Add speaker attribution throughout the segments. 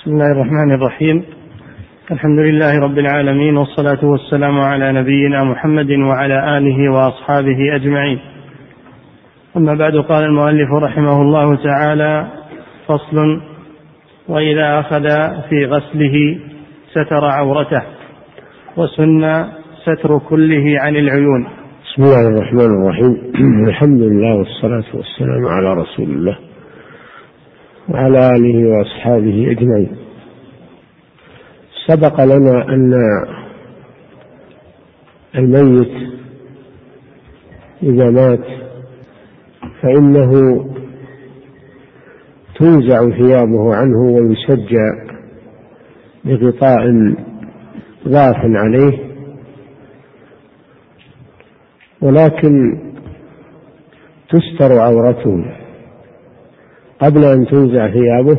Speaker 1: بسم الله الرحمن الرحيم. الحمد لله رب العالمين، والصلاة والسلام على نبينا محمد وعلى آله وأصحابه أجمعين. أما بعد، قال المؤلف رحمه الله تعالى: فصل: وإذا أخذ في غسله ستر عورته، وسن ستر كله عن العيون.
Speaker 2: بسم الله الرحمن الرحيم. الحمد لله والصلاة والسلام على رسول الله وعلى آله وأصحابه أجمعين. سبق لنا أن الميت إذا مات فإنه تنزع ثيابه عنه ويسجى بغطاء ضاف عليه، ولكن تستر عورته قبل أن تنزع ثيابه،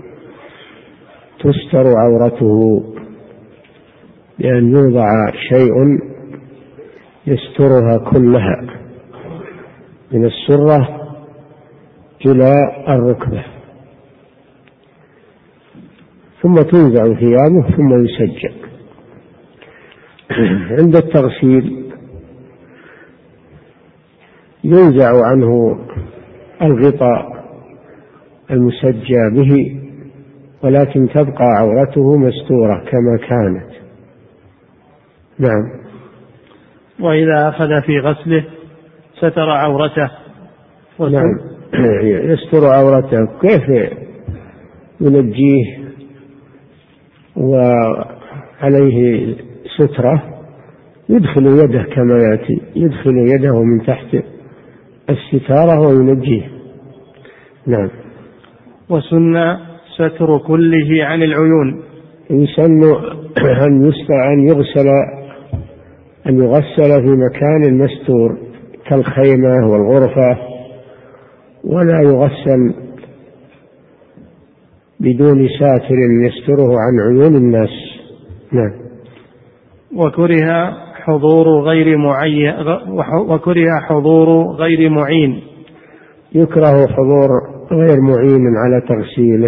Speaker 2: تستر عورته بأن يوضع شيء يسترها كلها من السرة إلى الركبة، ثم تنزع ثيابه ثم يسجى. عند التغسيل ينزع عنه الغطاء المسجى به، ولكن تبقى عورته مستورة كما كانت. نعم.
Speaker 1: وإذا أخذ في غسله ستر عورته.
Speaker 2: نعم، يستر عورته. كيف ينجيه وعليه سترة؟ يدخل يده كما يأتي، يدخل يده من تحت الستارة وينجيه. نعم.
Speaker 1: وسن ستر كله عن العيون.
Speaker 2: يسن أن يغسل في مكان مستور كالخيمة والغرفة، ولا يغسل بدون ساتر يستره عن عيون الناس. نعم.
Speaker 1: وكره حضور غير معين.
Speaker 2: يكره حضور غير معين على تغسيله،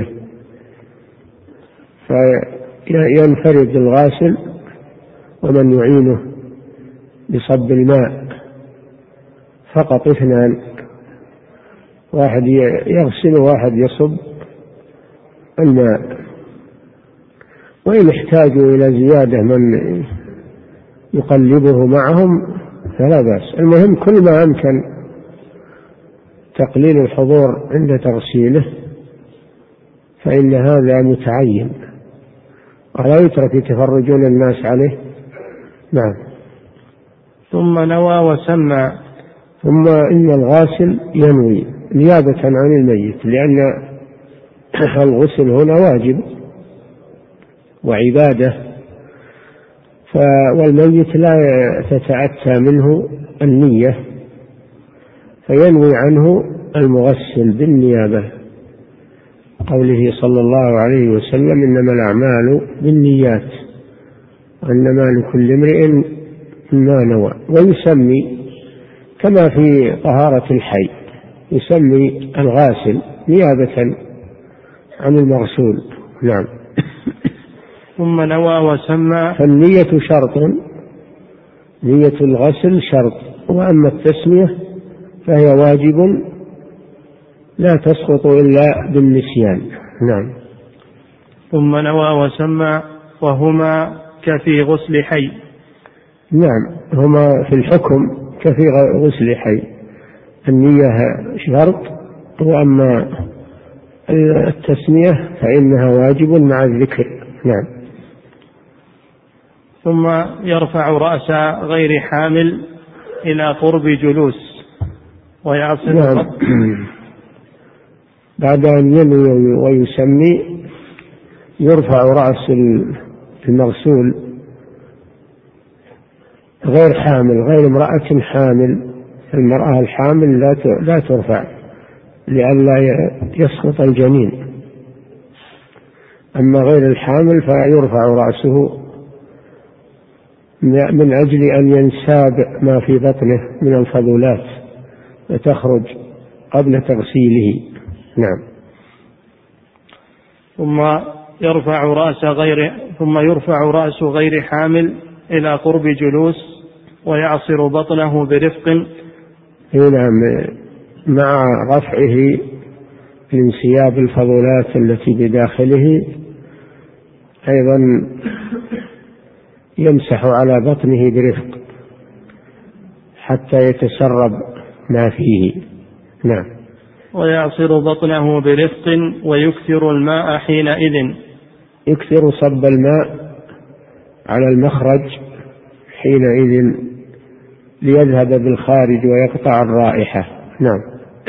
Speaker 2: فينفرد الغاسل ومن يعينه بصب الماء، فقط اثنان، واحد يغسل وواحد يصب الماء. وإن احتاجوا إلى زيادة من يقلبه معهم فلا بأس. المهم كل ما أمكن تقليل الحضور عند تغسيله فإن هذا متعين، ولا يترك يتفرجون الناس عليه. نعم.
Speaker 1: ثم نوى وسمى.
Speaker 2: ثم إن الغاسل ينوي نيابة عن الميت، لأن الغسل هنا واجب وعبادة، والميت لا تتأتى منه النية، فينوي عنه المغسل بالنيابة. قوله صلى الله عليه وسلم: إنما الأعمال بالنيات وإنما لكل امرئ ما نوى. ويسمي كما في طهارة الحي، يسمي الغاسل نيابة عن المغسول. نعم.
Speaker 1: ثم نوى وسمى.
Speaker 2: فالنية شرط، نية الغسل شرط، وأما التسمية فهي واجب لا تسقط إلا بالنسيان. نعم.
Speaker 1: ثم نوى وسمى، وهما كفي غسل حي.
Speaker 2: نعم، هما في الحكم كفي غسل حي. النية شرط، وأما التسمية فإنها واجب مع الذكر. نعم.
Speaker 1: ثم يرفع رأس غير حامل إلى قرب جلوس ويعصر.
Speaker 2: نعم. بعد أن ينوي ويسمي يرفع رأس المغسول غير حامل، غير امرأة حامل. المرأة الحامل لا ترفع لئلا يسقط الجنين، أما غير الحامل فيرفع رأسه من أجل أن ينساب ما في بطنه من الفضلات وتخرج قبل تغسيله. نعم.
Speaker 1: ثم يرفع رأس غير حامل إلى قرب جلوس ويعصر بطنه برفق.
Speaker 2: نعم، مع رفعه لانسياب الفضلات التي بداخله أيضا يمسح على بطنه برفق حتى يتسرب ما فيه. نعم.
Speaker 1: ويعصر بطنه برفق ويكثر الماء حينئذ.
Speaker 2: يكثر صب الماء على المخرج حينئذ ليذهب بالخارج ويقطع الرائحة. نعم.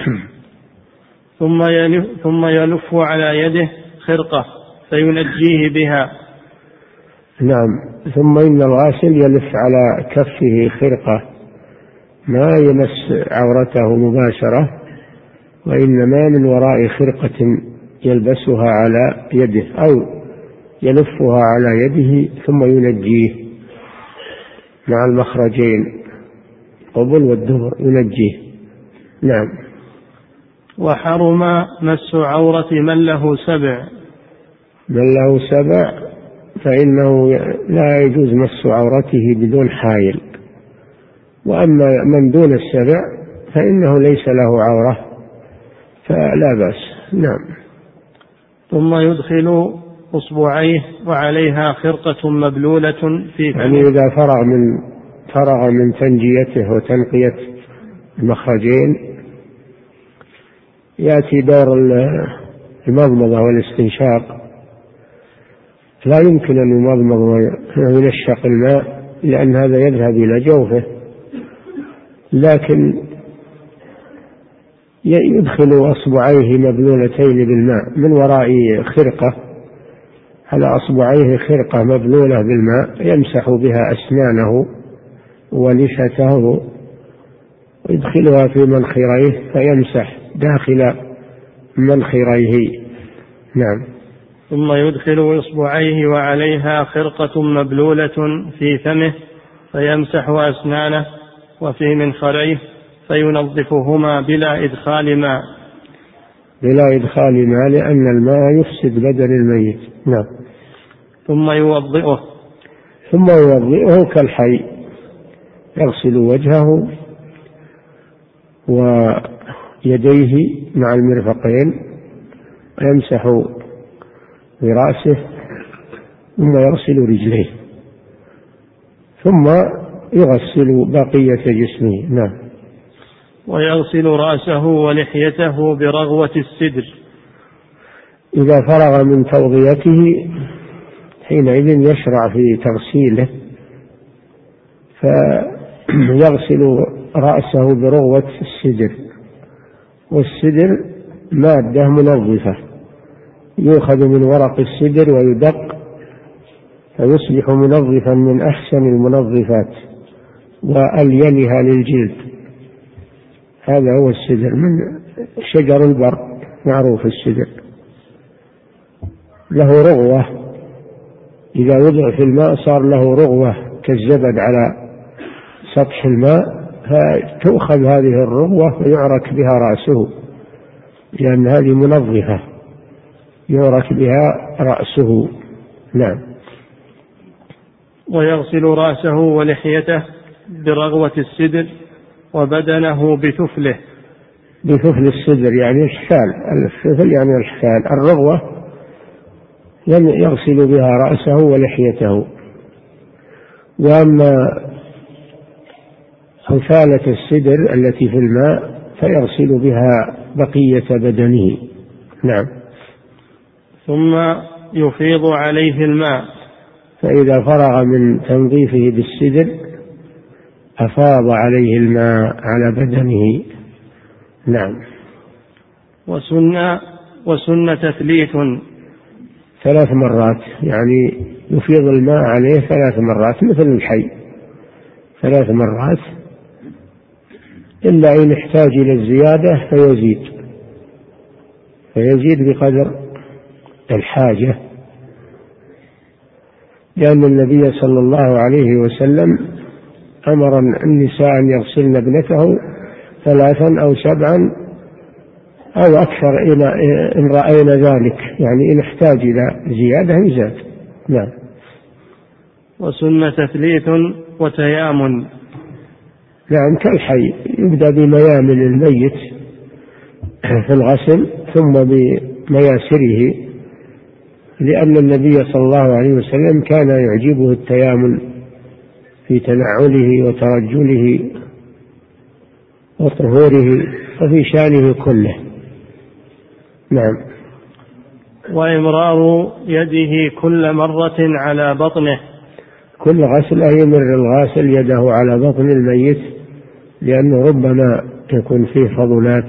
Speaker 1: ثم يلف على يده خرقة فينجيه بها.
Speaker 2: نعم. ثم إن الغاسل يلف على كفه خرقة ما يمس عورته مباشرة، وإنما من وراء خرقة يلبسها على يده أو يلفها على يده ثم ينجيه مع المخرجين قبل والدبر ينجيه. نعم.
Speaker 1: وحرم مس عورة من له سبع.
Speaker 2: من له سبع فإنه لا يجوز مس عورته بدون حائل، وأما من دون السبع فإنه ليس له عورة فلا بأس. نعم.
Speaker 1: ثم يدخل أصبعيه وعليها خرقة مبلولة في فمه.
Speaker 2: يعني إذا فرغ من تنجيته وتنقية المخرجين يأتي دور المضمضة والاستنشاق. لا يمكن أن يمضمض وينشق الماء لأن هذا يذهب إلى جوفه، لكن يدخل أصبعيه مبلولتين بالماء من وراء خرقة، على أصبعيه خرقة مبلولة بالماء يمسح بها أسنانه ولثته ويدخلها في منخريه فيمسح داخل منخريه. نعم.
Speaker 1: ثم يدخل إصبعيه وعليها خرقة مبلولة في فمه فيمسح أسنانه وفي منخريه فينظفهما بلا إدخال ماء.
Speaker 2: بلا إدخال ماء لأن الماء يفسد بدن الميت. نعم.
Speaker 1: ثم
Speaker 2: يوضئه كالحي، يغسل وجهه ويديه مع المرفقين ويمسح برأسه ثم يغسل رجليه ثم يغسل بقية جسمه. نعم.
Speaker 1: ويغسل رأسه ولحيته برغوة السدر.
Speaker 2: إذا فرغ من توضيته حينئذ يشرع في تغسيله فيغسل رأسه برغوة السدر، والسدر مادة منظفة يؤخذ من ورق السدر ويدق فيصبح منظفا من أحسن المنظفات وألينها للجلد. هذا هو السدر من شجر البر معروف السدر، له رغوة إذا وضع في الماء صار له رغوة كالزبد على سطح الماء، فتؤخذ هذه الرغوة ويعرك بها رأسه لأن هذه منظفة يعرك بها رأسه. نعم.
Speaker 1: ويغسل رأسه ولحيته برغوة السدر وبدنه بثفله.
Speaker 2: بثفل السدر يعني الشال، الثفل يعني الشال، الرغوة يغسل بها رأسه ولحيته. وأما حثالة السدر التي في الماء فيغسل بها بقية بدنه. نعم.
Speaker 1: ثم يفيض عليه الماء.
Speaker 2: فإذا فرغ من تنظيفه بالسدر أفاض عليه الماء على بدنه. نعم.
Speaker 1: وسن تثليث
Speaker 2: 3 مرات، يعني يفيض الماء عليه 3 مرات مثل الحي 3 مرات، إلا إن احتاج إلى الزيادة فيزيد بقدر الحاجة، لأن النبي صلى الله عليه وسلم أمر النساء أن يغسلن ابنته 3 أو 7 أو أكثر إن رأينا ذلك، يعني إن احتاج إلى زيادة يزاد. نعم.
Speaker 1: وسن تثليث وتيامن.
Speaker 2: نعم كالحي، يبدأ بميامن الميت في الغسل ثم بمياسره، لأن النبي صلى الله عليه وسلم كان يعجبه التيامن في تنعله وترجله وطهوره وفي شأنه كله. نعم.
Speaker 1: وإمرار يده كل مرة على بطنه.
Speaker 2: كل غسل يمر الغاسل يده على بطن الميت، لأنه ربما يكون فيه فضلات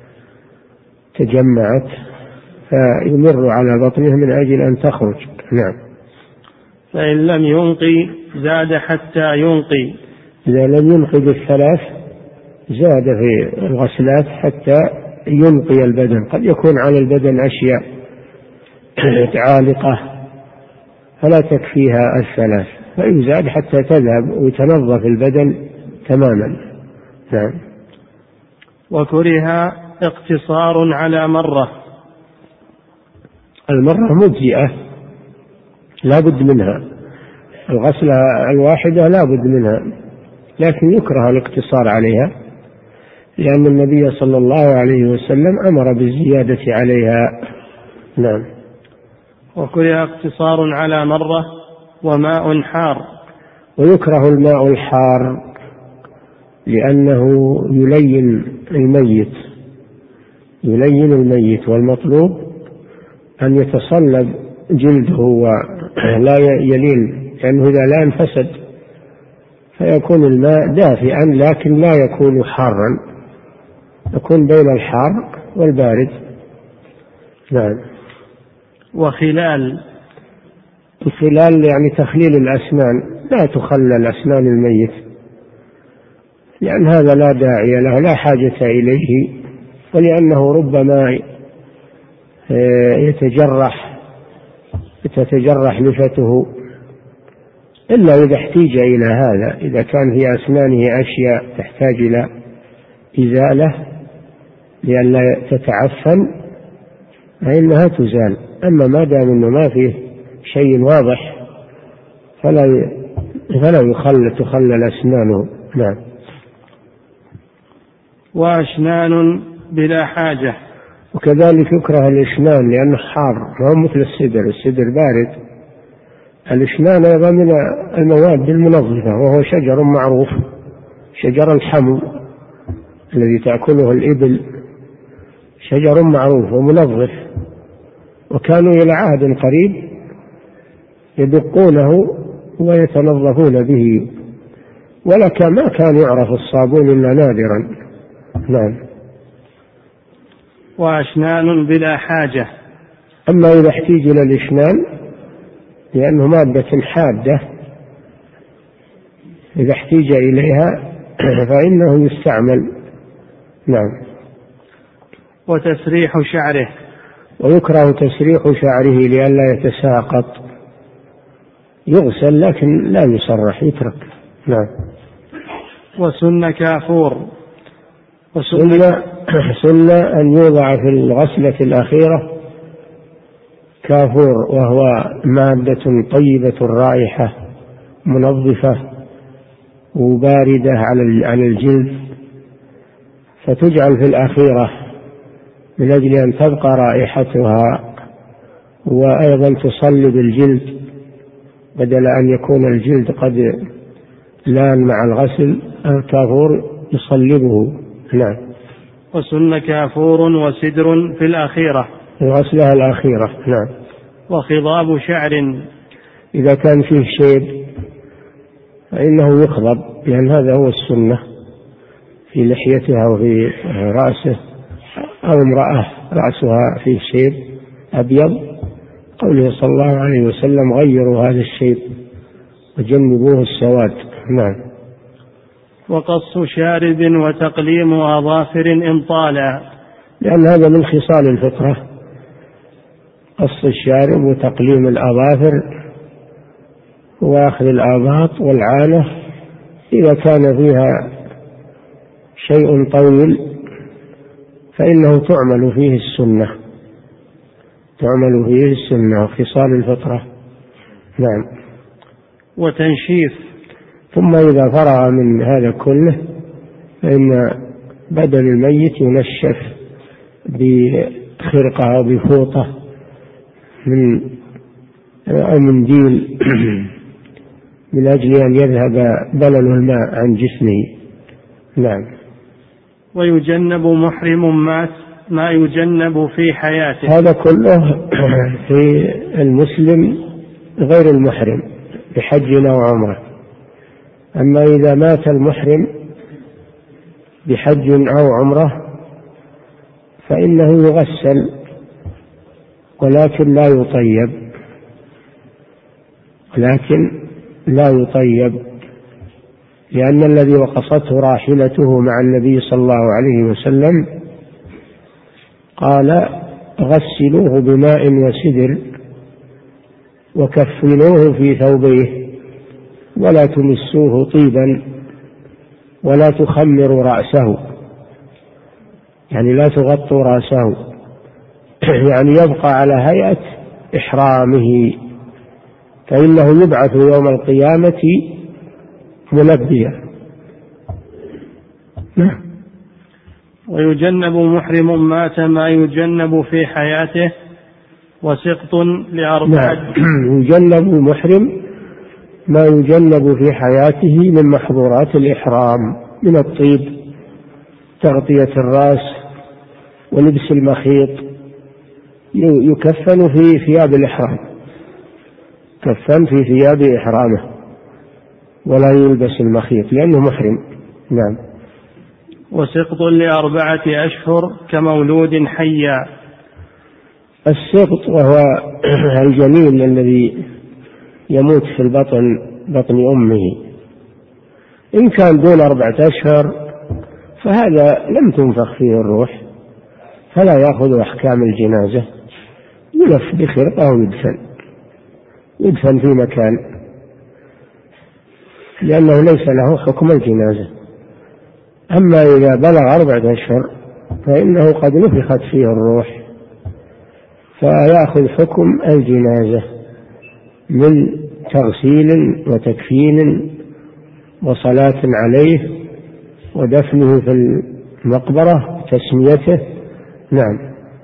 Speaker 2: تجمعت فيمر على بطنه من أجل أن تخرج. نعم.
Speaker 1: فإن لم ينقي زاد حتى ينقي.
Speaker 2: إذا لم ينقي بالثلاث زاد في الغسلات حتى ينقي البدن. قد يكون على البدن أشياء عالقة فلا تكفيها الثلاث، فيزاد حتى تذهب ويتنظف البدن تماما. نعم.
Speaker 1: وكره اقتصار على مرة.
Speaker 2: المرة مجزئة لا بد منها، الغسلة الواحدة لا بد منها، لكن يكره الاقتصار عليها، لأن النبي صلى الله عليه وسلم أمر بالزيادة عليها. نعم.
Speaker 1: وكره اقتصار على مرة وماء حار.
Speaker 2: ويكره الماء الحار لأنه يلين الميت، والمطلوب أن يتصلب جلده ولا يلين، لأنه إذا لا انفسد فيكون الماء دافئا لكن لا يكون حارا، يكون بين الحار والبارد. نعم.
Speaker 1: وخلال.
Speaker 2: الخلال يعني تخليل الأسنان، لا تخلل أسنان الميت، لأن هذا لا داعي له، لا حاجة إليه، ولأنه ربما تتجرح لفته، إلا إذا احتيج إلى هذا، إذا كان في أسنانه أشياء تحتاج إلى إزالة لئلا تتعفن فإنها تزال. أما ما دام أنه ما فيه شيء واضح فلا تخلل أسنانه. نعم.
Speaker 1: وأشنان بلا حاجة.
Speaker 2: وكذلك يكره الإشنان لأنه حار، ما هو مثل السدر بارد. الإشنان أيضا من المواد المنظفة، وهو شجر معروف، شجر الحمو الذي تأكله الإبل، شجر معروف ومنظف، وكانوا إلى عهد قريب يدقونه ويتنظفون به، ما كان يعرف الصابون إلا نادرا. نعم.
Speaker 1: وأشنان بلا حاجة.
Speaker 2: أما إذا احتيج إلى الإشنان لأنه مادة حادة، إذا احتيج إليها فإنه يستعمل. نعم.
Speaker 1: وتسريح شعره.
Speaker 2: ويكره تسريح شعره لئلا يتساقط، يغسل لكن لا يسرح، يترك. نعم.
Speaker 1: وسن كافور.
Speaker 2: سن أن يوضع في الغسلة الأخيرة كافور، وهو مادة طيبة الرائحة منظفة وباردة على الجلد، فتجعل في الأخيرة من أجل أن تبقى رائحتها، وأيضا تصلب الجلد بدل أن يكون الجلد قد لان مع الغسل، الكافور يصلبه. نعم.
Speaker 1: وسن كافور وسدر في الأخيرة،
Speaker 2: الغسلة الأخيرة. نعم.
Speaker 1: وخضاب شعر.
Speaker 2: إذا كان فيه شيب فإنه يخضب، لأن هذا هو السنة في لحيتها وفي رأسه، أو امرأة رأسها فيه شيب أبيض، قوله صلى الله عليه وسلم غيروا هذا الشيب وجنبوه السواد. نعم.
Speaker 1: وقص شارب وتقليم أظافر إن طالا،
Speaker 2: لأن هذا من خصال الفطرة، قص الشارب وتقليم الأظافر وأخذ الآباط والعانة إذا كان فيها شيء طويل فإنه تعمل فيه السنة وخصال الفطرة. نعم.
Speaker 1: وتنشيف.
Speaker 2: ثم إذا فرغ من هذا كله فإن بدن الميت ينشف بخرقة أو بفوطة أو منديل من أجل أن يذهب بلل الماء عن جسمه. نعم.
Speaker 1: ويجنب محرم ما يجنب في حياته.
Speaker 2: هذا كله في المسلم غير المحرم بحج أو عمرة. أما إذا مات المحرم بحج أو عمرة فإنه يغسل ولكن لا يطيب لأن الذي وقصته راحلته مع النبي صلى الله عليه وسلم قال غسلوه بماء وسدر وكفنوه في ثوبيه ولا تمسوه طيبا ولا تخمروا رأسه، يعني لا تغطوا رأسه، يعني يبقى على هيئة إحرامه، فإنه يبعث يوم القيامة ملبيا.
Speaker 1: ويجنب محرم مات ما يجنب في حياته وسقط لأربعة.
Speaker 2: يجنب محرم ما يجنب في حياته من محظورات الإحرام من الطيب، تغطية الرأس ولبس المخيط، يكفن في ثياب الإحرام، كفن في ثياب إحرامه ولا يلبس المخيط لأنه محرم. نعم.
Speaker 1: وسقط ل4 أشهر كمولود حيا.
Speaker 2: السقط وهو الجنين الذي يموت في بطن أمه، إن كان دون 4 أشهر فهذا لم تنفخ فيه الروح فلا يأخذ أحكام الجنازة، يلف بخرقة ويدفن في مكان لأنه ليس له حكم الجنازة. أما إذا بلغ 4 أشهر فإنه قد نفخت فيه الروح فيأخذ حكم الجنازة من تغسيل وتكفين وصلاة عليه ودفنه في المقبرة تسميته. نعم.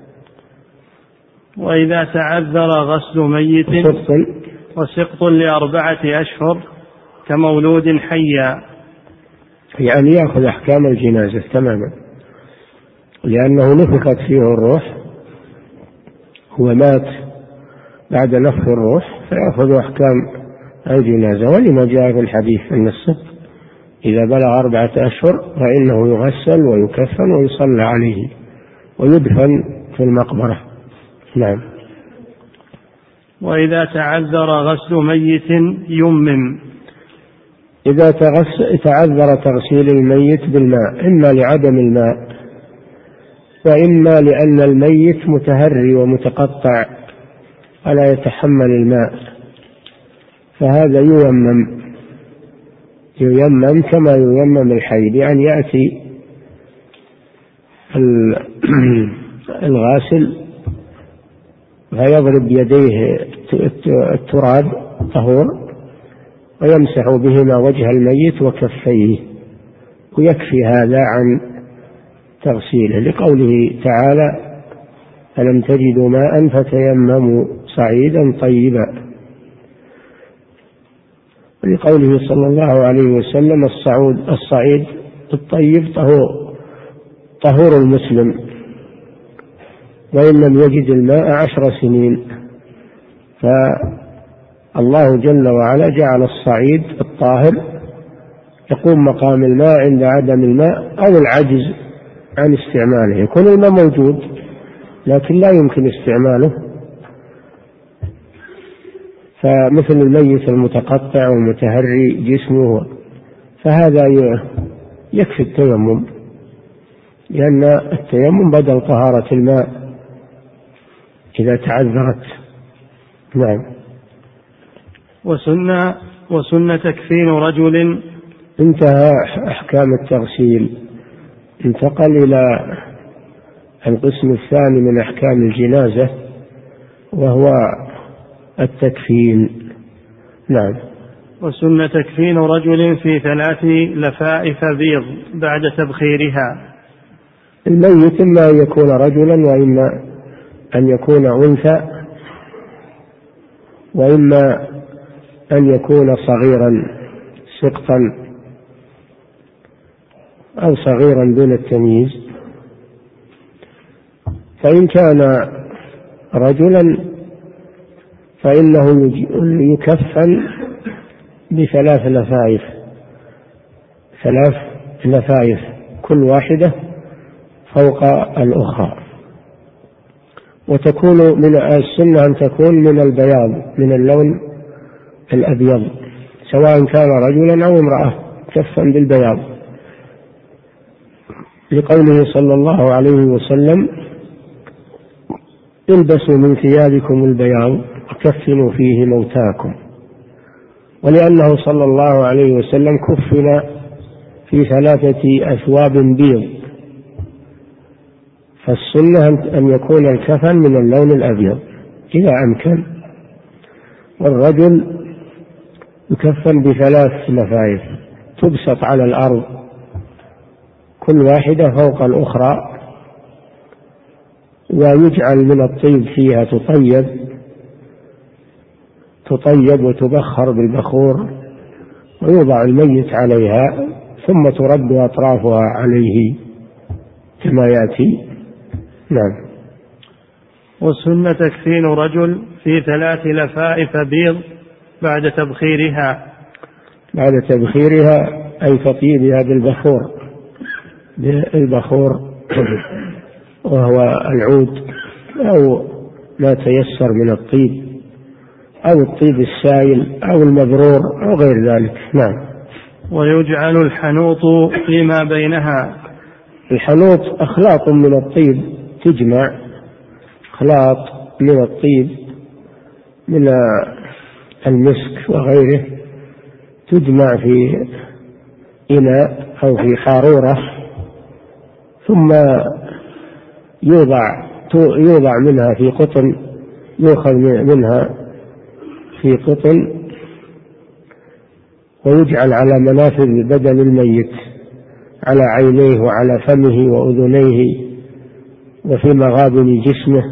Speaker 1: وإذا تعذر غسل ميت وسقط ل4 أشهر كمولود حيا،
Speaker 2: يعني يأخذ أحكام الجنازة تماما لأنه نفخت فيه الروح، هو مات بعد نفخ الروح فيأخذ أحكام الجنازة. ولما جاء في الحديث أن السقط إذا بلغ 4 أشهر فإنه يغسل ويكفن ويصلى عليه ويدفن في المقبرة. نعم.
Speaker 1: وإذا تعذر غسل ميت يمم.
Speaker 2: إذا تعذر تغسيل الميت بالماء إما لعدم الماء وإما لأن الميت متهري ومتقطع ولا يتحمل الماء، فهذا ييمم كما ييمم الحي، يعني يأتي الغاسل فيضرب بيديه التراب طهور ويمسح بهما وجه الميت وكفيه ويكفي هذا عن تغسيله، لقوله تعالى ألم تجدوا ماء فتيمموا صعيدا طيبا، ولقوله صلى الله عليه وسلم الصعيد الطيب طهور المسلم وإن لم يجد الماء 10 سنين. فالله جل وعلا جعل الصعيد الطاهر يقوم مقام الماء عند عدم الماء أو العجز عن استعماله، يكون الماء موجود لكن لا يمكن استعماله، فمثل الميت المتقطع والمتهري جسمه، فهذا يكفي التيمم لأن التيمم بدل طهارة الماء إذا تعذرت. نعم.
Speaker 1: وسنة تكفين رجل.
Speaker 2: انتهى أحكام التغسيل، انتقل إلى القسم الثاني من أحكام الجنازة، وهو التكفين. نعم.
Speaker 1: وسن تكفين رجل في 3 لفائف بيض بعد تبخيرها.
Speaker 2: الميت إما أن يكون رجلا وإما أن يكون أنثى، وإما أن يكون صغيرا سقطا أو صغيرا دون التمييز. فإن كان رجلا فإنه يكفن ب3 لفائف، 3 لفائف كل واحدة فوق الأخرى، وتكون من السنة أن تكون من البياض، من اللون الأبيض، سواء كان رجلا أو امرأة كفن بالبياض، لقوله صلى الله عليه وسلم: البسوا من ثيابكم البياض وكفنوا فيه موتاكم. ولأنه صلى الله عليه وسلم كفن في 3 أثواب بيض، فالسنة أن يكون الكفن من اللون الأبيض إذا أمكن. والرجل يكفن ب3 لفائف تبسط على الأرض كل واحدة فوق الأخرى، ويجعل من الطيب فيها، تطيب وتبخر بالبخور، ويوضع الميت عليها ثم ترد أطرافها عليه كما يأتي. نعم.
Speaker 1: وسن تكفين رجل في 3 لفائف بيض بعد تبخيرها.
Speaker 2: بعد تبخيرها أي تطيبها بالبخور وهو العود أو ما تيسر من الطيب، أو الطيب السائل أو المبرور أو غير ذلك. نعم.
Speaker 1: ويجعل الحنوط فيما بينها.
Speaker 2: الحنوط أخلاط من الطيب، تجمع خلاط من الطيب من المسك وغيره، تجمع في إناء أو في حارورة، ثم يوضع منها في قطن، يؤخذ منها في قطن ويجعل على منافذ بدن الميت، على عينيه وعلى فمه وأذنيه وفي مغابن جسمه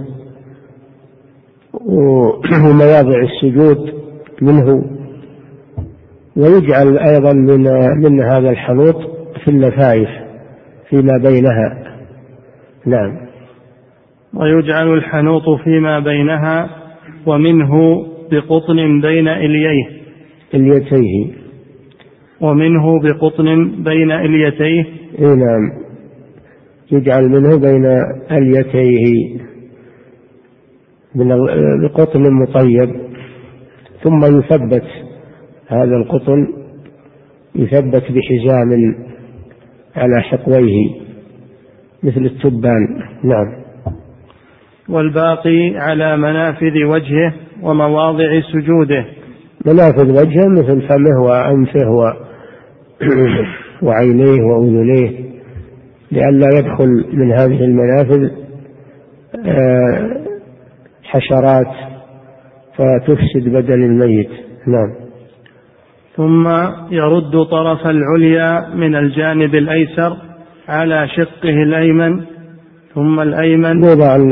Speaker 2: ومواضع السجود منه، ويجعل أيضا من هذا الحنوط في اللفائف فيما بينها. نعم.
Speaker 1: ويجعل الحنوط فيما بينها ومنه بقطن بين
Speaker 2: إليتيه.
Speaker 1: ومنه بقطن بين إليتيه.
Speaker 2: نعم. يجعل منه بين إليتيه بقطن مطيب، ثم يثبت هذا القطن، يثبت بحزام على حقويه مثل التبان. نعم.
Speaker 1: والباقي على منافذ وجهه ومواضع سجوده.
Speaker 2: منافذ وجهه مثل فمه وأنفه وعينيه وأذنيه، لئلا يدخل من هذه المنافذ حشرات فتفسد بدن الميت. نعم.
Speaker 1: ثم يرد طرف العليا من الجانب الأيسر على شقه الأيمن، ثم الأيمن.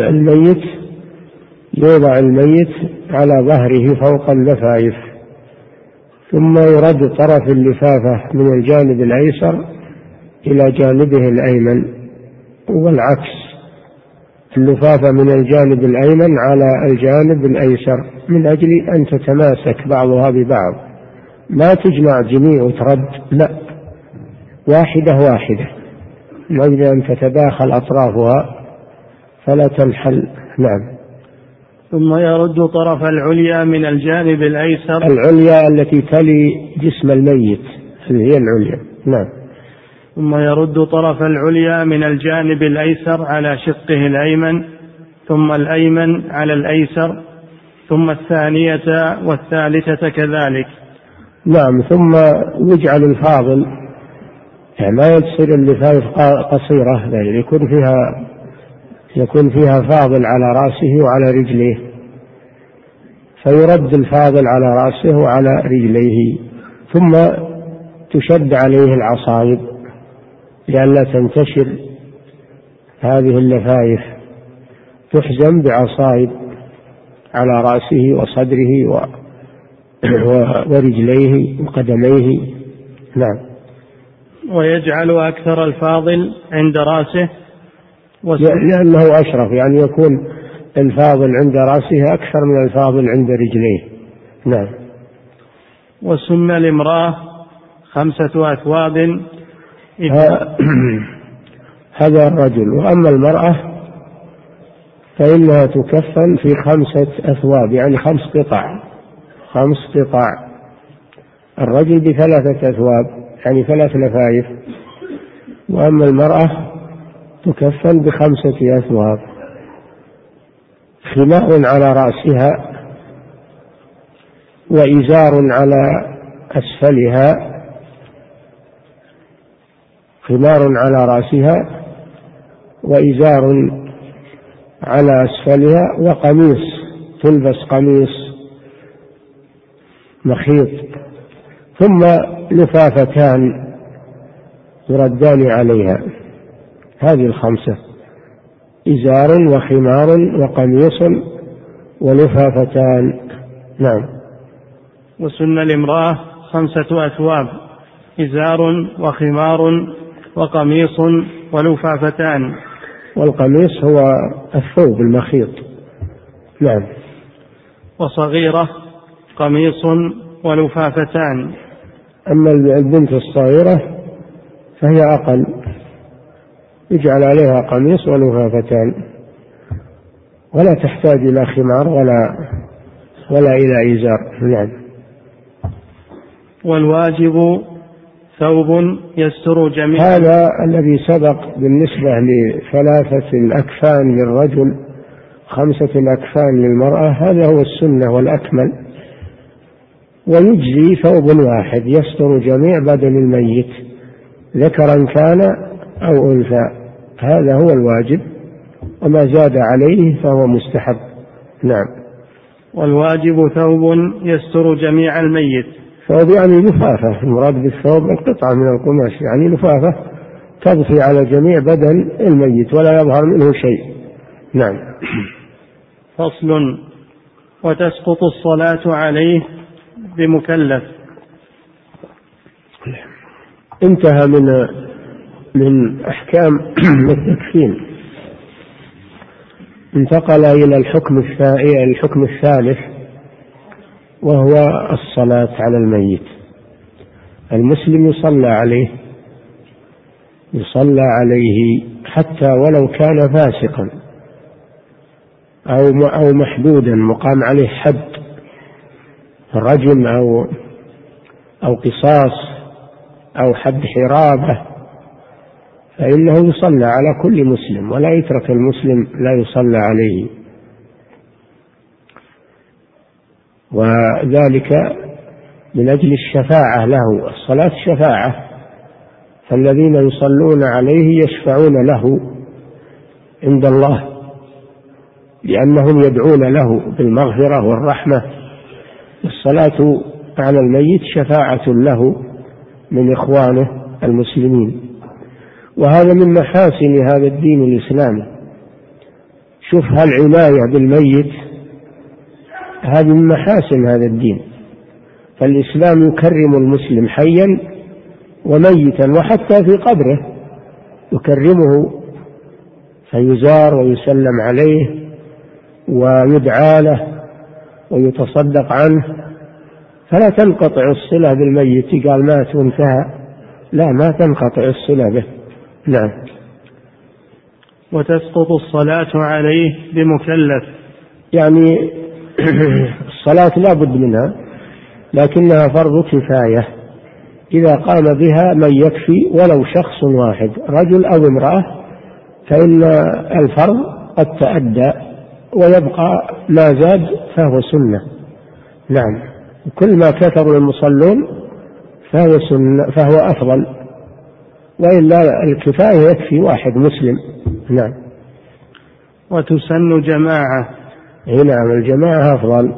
Speaker 2: يوضع الميت على ظهره فوق اللفائف، ثم يرد طرف اللفافة من الجانب الأيسر إلى جانبه الأيمن، والعكس، اللفافة من الجانب الأيمن على الجانب الأيسر، من أجل أن تتماسك بعضها ببعض، ما تجمع جميع وترد، لا، واحدة من أجل أن تتداخل أطرافها فلا تنحل. نعم.
Speaker 1: ثم يرد طرف العليا من الجانب الأيسر.
Speaker 2: العليا التي تلي جسم الميت هي العليا. نعم.
Speaker 1: ثم يرد طرف العليا من الجانب الأيسر على شقه الأيمن، ثم الأيمن على الأيسر، ثم الثانية والثالثة كذلك.
Speaker 2: نعم. ثم يجعل الفاضل، يعني ما يصير اللفائف قصيرة، يعني يكون فيها يكون فيها فاضل على رأسه وعلى رجليه، فيرد الفاضل على رأسه وعلى رجليه، ثم تشد عليه العصائب لئلا تنتشر هذه اللفائف، تحزم بعصائب على رأسه وصدره ورجليه وقدميه. نعم.
Speaker 1: ويجعل أكثر الفاضل عند رأسه
Speaker 2: لأنه أشرف، يعني يكون الفاضل عند رأسه أكثر من الفاضل عند رجليه. نعم.
Speaker 1: وسن الامرأة 5 أثواب
Speaker 2: هذا الرجل. وأما المرأة فإنها تكفن في 5 أثواب، يعني 5 قطع. 5 قطع. الرجل ب3 أثواب، يعني 3 لفائف. وأما المرأة تكفن ب5 أثواب، خماء على رأسها، وإزار على أسفلها، خمار على رأسها وإزار على أسفلها، وقميص، تلبس قميص مخيط، ثم لفافتان يردان عليها. هذه 5: إزار وخمار وقميص ولفافتان. نعم.
Speaker 1: وسن الامرأة 5 أثواب: إزار وخمار وقميص ولفافتان.
Speaker 2: والقميص هو الثوب المخيط. نعم.
Speaker 1: وصغيرة قميص ولفافتان.
Speaker 2: أما البنت الصغيرة فهي أقل، يجعل عليها قميص ولفافتان، ولا تحتاج إلى خمار ولا إلى إزار. نعم.
Speaker 1: والواجب ثوب يستر جميع.
Speaker 2: هذا الذي سبق بالنسبة ل3 الأكفان للرجل، 5 الأكفان للمرأة، هذا هو السنة والأكمل. ويجزي ثوب واحد يستر جميع بدن الميت، ذكرا كان أو أنثى، هذا هو الواجب، وما زاد عليه فهو مستحب. نعم.
Speaker 1: والواجب ثوب يستر جميع الميت.
Speaker 2: ثوب يعني لفافة، المراد بالثوب القطعة من القماش، يعني لفافة تضفي على جميع بدن الميت ولا يظهر منه شيء. نعم.
Speaker 1: فصل: وتسقط الصلاة عليه بمكلف.
Speaker 2: انتهى من أحكام التكفين، انتقل إلى الحكم الثالث، وهو الصلاة على الميت. المسلم يصلى عليه حتى ولو كان فاسقا أو محدودا، مقام عليه حد رجم أو قصاص أو حد حرابة، فإنه يصلى على كل مسلم، ولا يترك المسلم لا يصلى عليه. وذلك من أجل الشفاعة له. الصلاة شفاعة، فالذين يصلون عليه يشفعون له عند الله، لأنهم يدعون له بالمغفرة والرحمة. الصلاة على الميت شفاعة له من إخوانه المسلمين، وهذا من محاسن هذا الدين الإسلامي. شوف هالعناية بالميت، هذه من محاسن هذا الدين. فالإسلام يكرم المسلم حيا وميتا، وحتى في قبره يكرمه، فيزار ويسلم عليه ويدعى له ويتصدق عنه، فلا تنقطع الصلة بالميت. قال مات وانتهى، لا، ما تنقطع الصلة به. نعم.
Speaker 1: وتسقط الصلاة عليه بمكلف،
Speaker 2: يعني الصلاة لا بد منها، لكنها فرض كفاية إذا قام بها من يكفي ولو شخص واحد، رجل أو امرأة، فإن الفرض قد تأدى ويبقى ما زاد فهو سنة. نعم. كل ما كثر المصلون فهو أفضل، وإلا الكفاية يكفي واحد مسلم. نعم.
Speaker 1: وتسن جماعة.
Speaker 2: نعم، الجماعة أفضل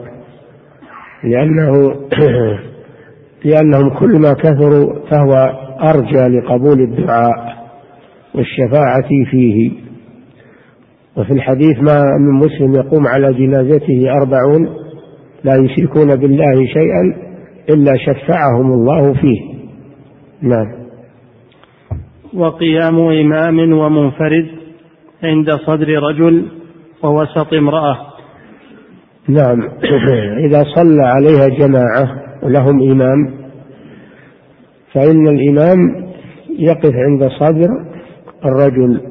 Speaker 2: لأنهم كل ما كثروا فهو أرجى لقبول الدعاء والشفاعة فيه. وفي الحديث ما من مسلم يقوم على جنازته 40 لا يشركون بالله شيئا إلا شفعهم الله فيه. نعم.
Speaker 1: وقيام إمام ومنفرد عند صدر رجل ووسط امرأة.
Speaker 2: نعم، إذا صلى عليها جماعة ولهم إمام فإن الإمام يقف عند صدر الرجل،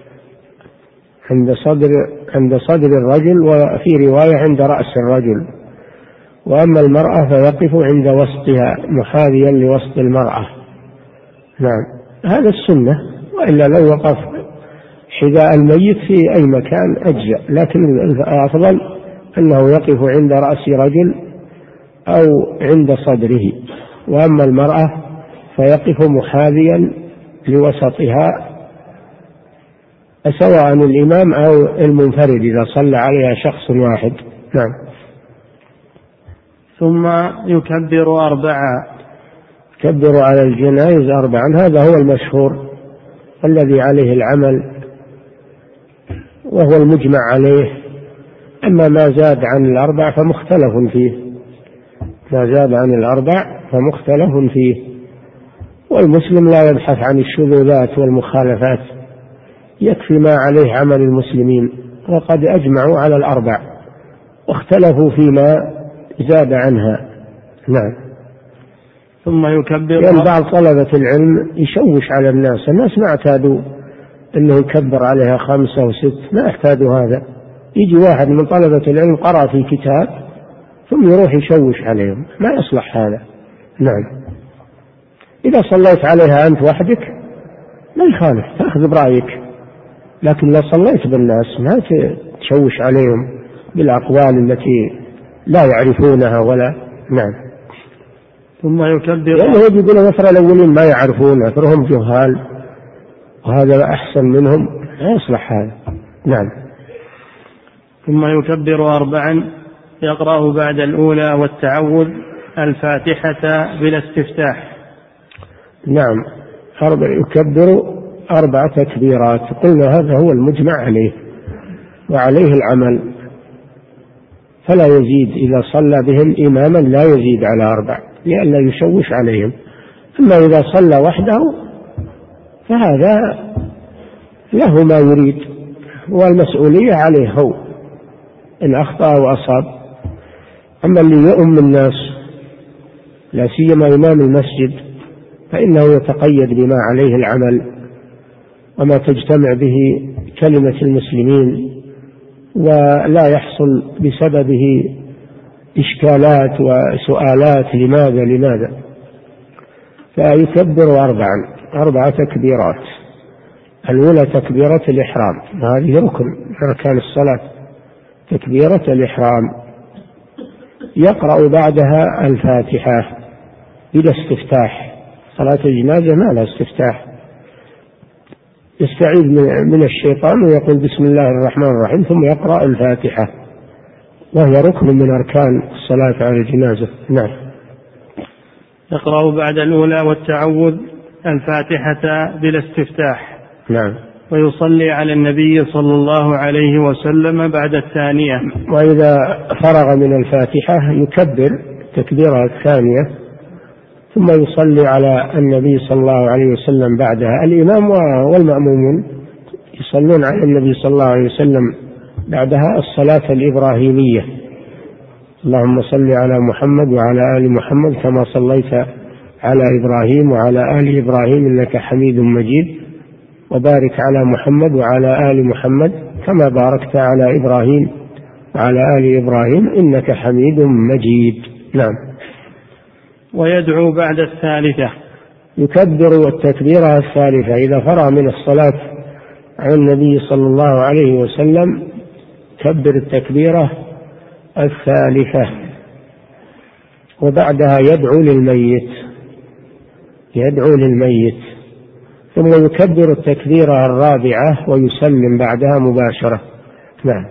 Speaker 2: عند صدر الرجل، وفي رواية عند رأس الرجل. وأما المرأة فيقف عند وسطها محاذيا لوسط المرأة. نعم، هذا السنة، وإلا لو وقف حذاء الميت في أي مكان أجزأ، لكن الأفضل أنه يقف عند رأس رجل أو عند صدره. وأما المرأة فيقف محاذيا لوسطها سواء الإمام أو المنفرد إذا صلى عليها شخص واحد. نعم.
Speaker 1: ثم يكبر 4.
Speaker 2: يكبر على الجنائز 4، هذا هو المشهور الذي عليه العمل وهو المجمع عليه. أما ما زاد عن 4 فمختلف فيه، ما زاد عن 4 فمختلف فيه. والمسلم لا يبحث عن الشذوذات والمخالفات، يكفي ما عليه عمل المسلمين، وقد أجمعوا على 4 واختلفوا فيما زاد عنها. نعم.
Speaker 1: ثم يكبر.
Speaker 2: يعني بعض طلبة العلم يشوش على الناس ما اعتادوا أنه يكبر عليها 5 أو 6، ما اعتادوا هذا. يجي واحد من طلبة العلم قرأ في كتاب ثم يروح يشوش عليهم، ما يصلح هذا. نعم. إذا صليت عليها أنت وحدك ما يخالف، تأخذ برأيك، لكن لو صليت بالناس ما تشوش عليهم بالأقوال التي لا يعرفونها ولا. نعم.
Speaker 1: ثم يكبر.
Speaker 2: يعني هو يقول مثلا الأولين ما يعرفون، أكثرهم جهال، وهذا أحسن منهم، لا يصلح هذا. نعم.
Speaker 1: ثم يكبر 4 يقرأ بعد الأولى والتعوذ الفاتحة بلا استفتاح.
Speaker 2: نعم، يكبر 4 تكبيرات، قلنا هذا هو المجمع عليه وعليه العمل، فلا يزيد. إذا صلى بهم إماما لا يزيد على 4 لئلا يشوش عليهم. أما إذا صلى وحده فهذا له ما يريد، والمسؤولية عليه هو إن أخطأ وأصاب. أما اللي يؤم الناس لا سيما إمام المسجد فإنه يتقيد بما عليه العمل وما تجتمع به كلمة المسلمين، ولا يحصل بسببه إشكالات وسؤالات لماذا. فيكبر 4 تكبيرات. الأولى تكبيرة الإحرام، هذه ركن من أركان الصلاة، تكبيرة الإحرام. يقرأ بعدها الفاتحة بلا استفتاح. صلاة الجنازة ما لها استفتاح، يستعيذ من الشيطان ويقول بسم الله الرحمن الرحيم ثم يقرأ الفاتحة، وهي ركن من أركان الصلاة على الجنازة. نعم.
Speaker 1: يقرأ بعد الأولى والتعوذ الفاتحة بلا استفتاح.
Speaker 2: نعم.
Speaker 1: ويصلي على النبي صلى الله عليه وسلم بعد الثانية.
Speaker 2: وإذا فرغ من الفاتحة يكبر التكبيرة الثانية ثم يصلي على النبي صلى الله عليه وسلم بعدها. الإمام والمأمومون يصلون على النبي صلى الله عليه وسلم بعدها الصلاة الإبراهيمية، اللهم صل على محمد وعلى آل محمد كما صليت على إبراهيم وعلى آل إبراهيم إنك حميد مجيد، وبارك على محمد وعلى آل محمد كما باركت على إبراهيم وعلى آل إبراهيم إنك حميد مجيد. نعم.
Speaker 1: ويدعو بعد الثالثة.
Speaker 2: يكبر التكبيرة الثالثة إذا فرغ من الصلاة على النبي صلى الله عليه وسلم، كبر التكبيرة الثالثة، وبعدها يدعو للميت ثم يكبر التكبيرة الرابعة ويسلم بعدها مباشرة. نعم.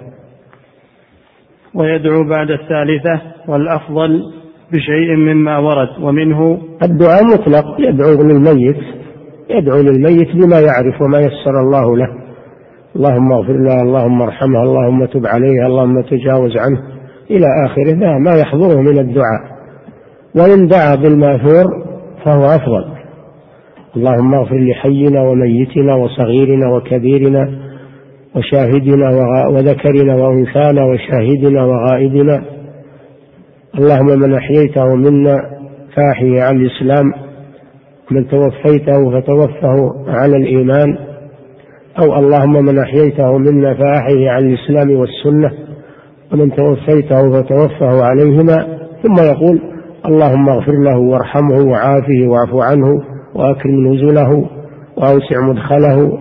Speaker 1: ويدعو بعد الثالثة والأفضل بشيء مما ورد، ومنه
Speaker 2: الدعاء مطلق، يدعو للميت بما يعرف وما يسر الله له، اللهم اغفر له، اللهم ارحمه، اللهم تب عليه، اللهم تجاوز عنه إلى آخره، ما يحضره من الدعاء. وإن دعا بالماثور فهو أفضل، اللهم اغفر لحينا وميتنا وصغيرنا وكبيرنا وشاهدنا وذكرنا وأنثانا وشاهدنا وغائبنا، اللهم من أحييته منا فأحيه على الإسلام، من توفيته فتوفه على الإيمان، أو اللهم من أحييته منا فأحيه على الإسلام والسنة، ومن توفيته فتوفه عليهما. ثم يقول اللهم اغفر له وارحمه وعافه واعف عنه وأكرم نزله وأوسع مدخله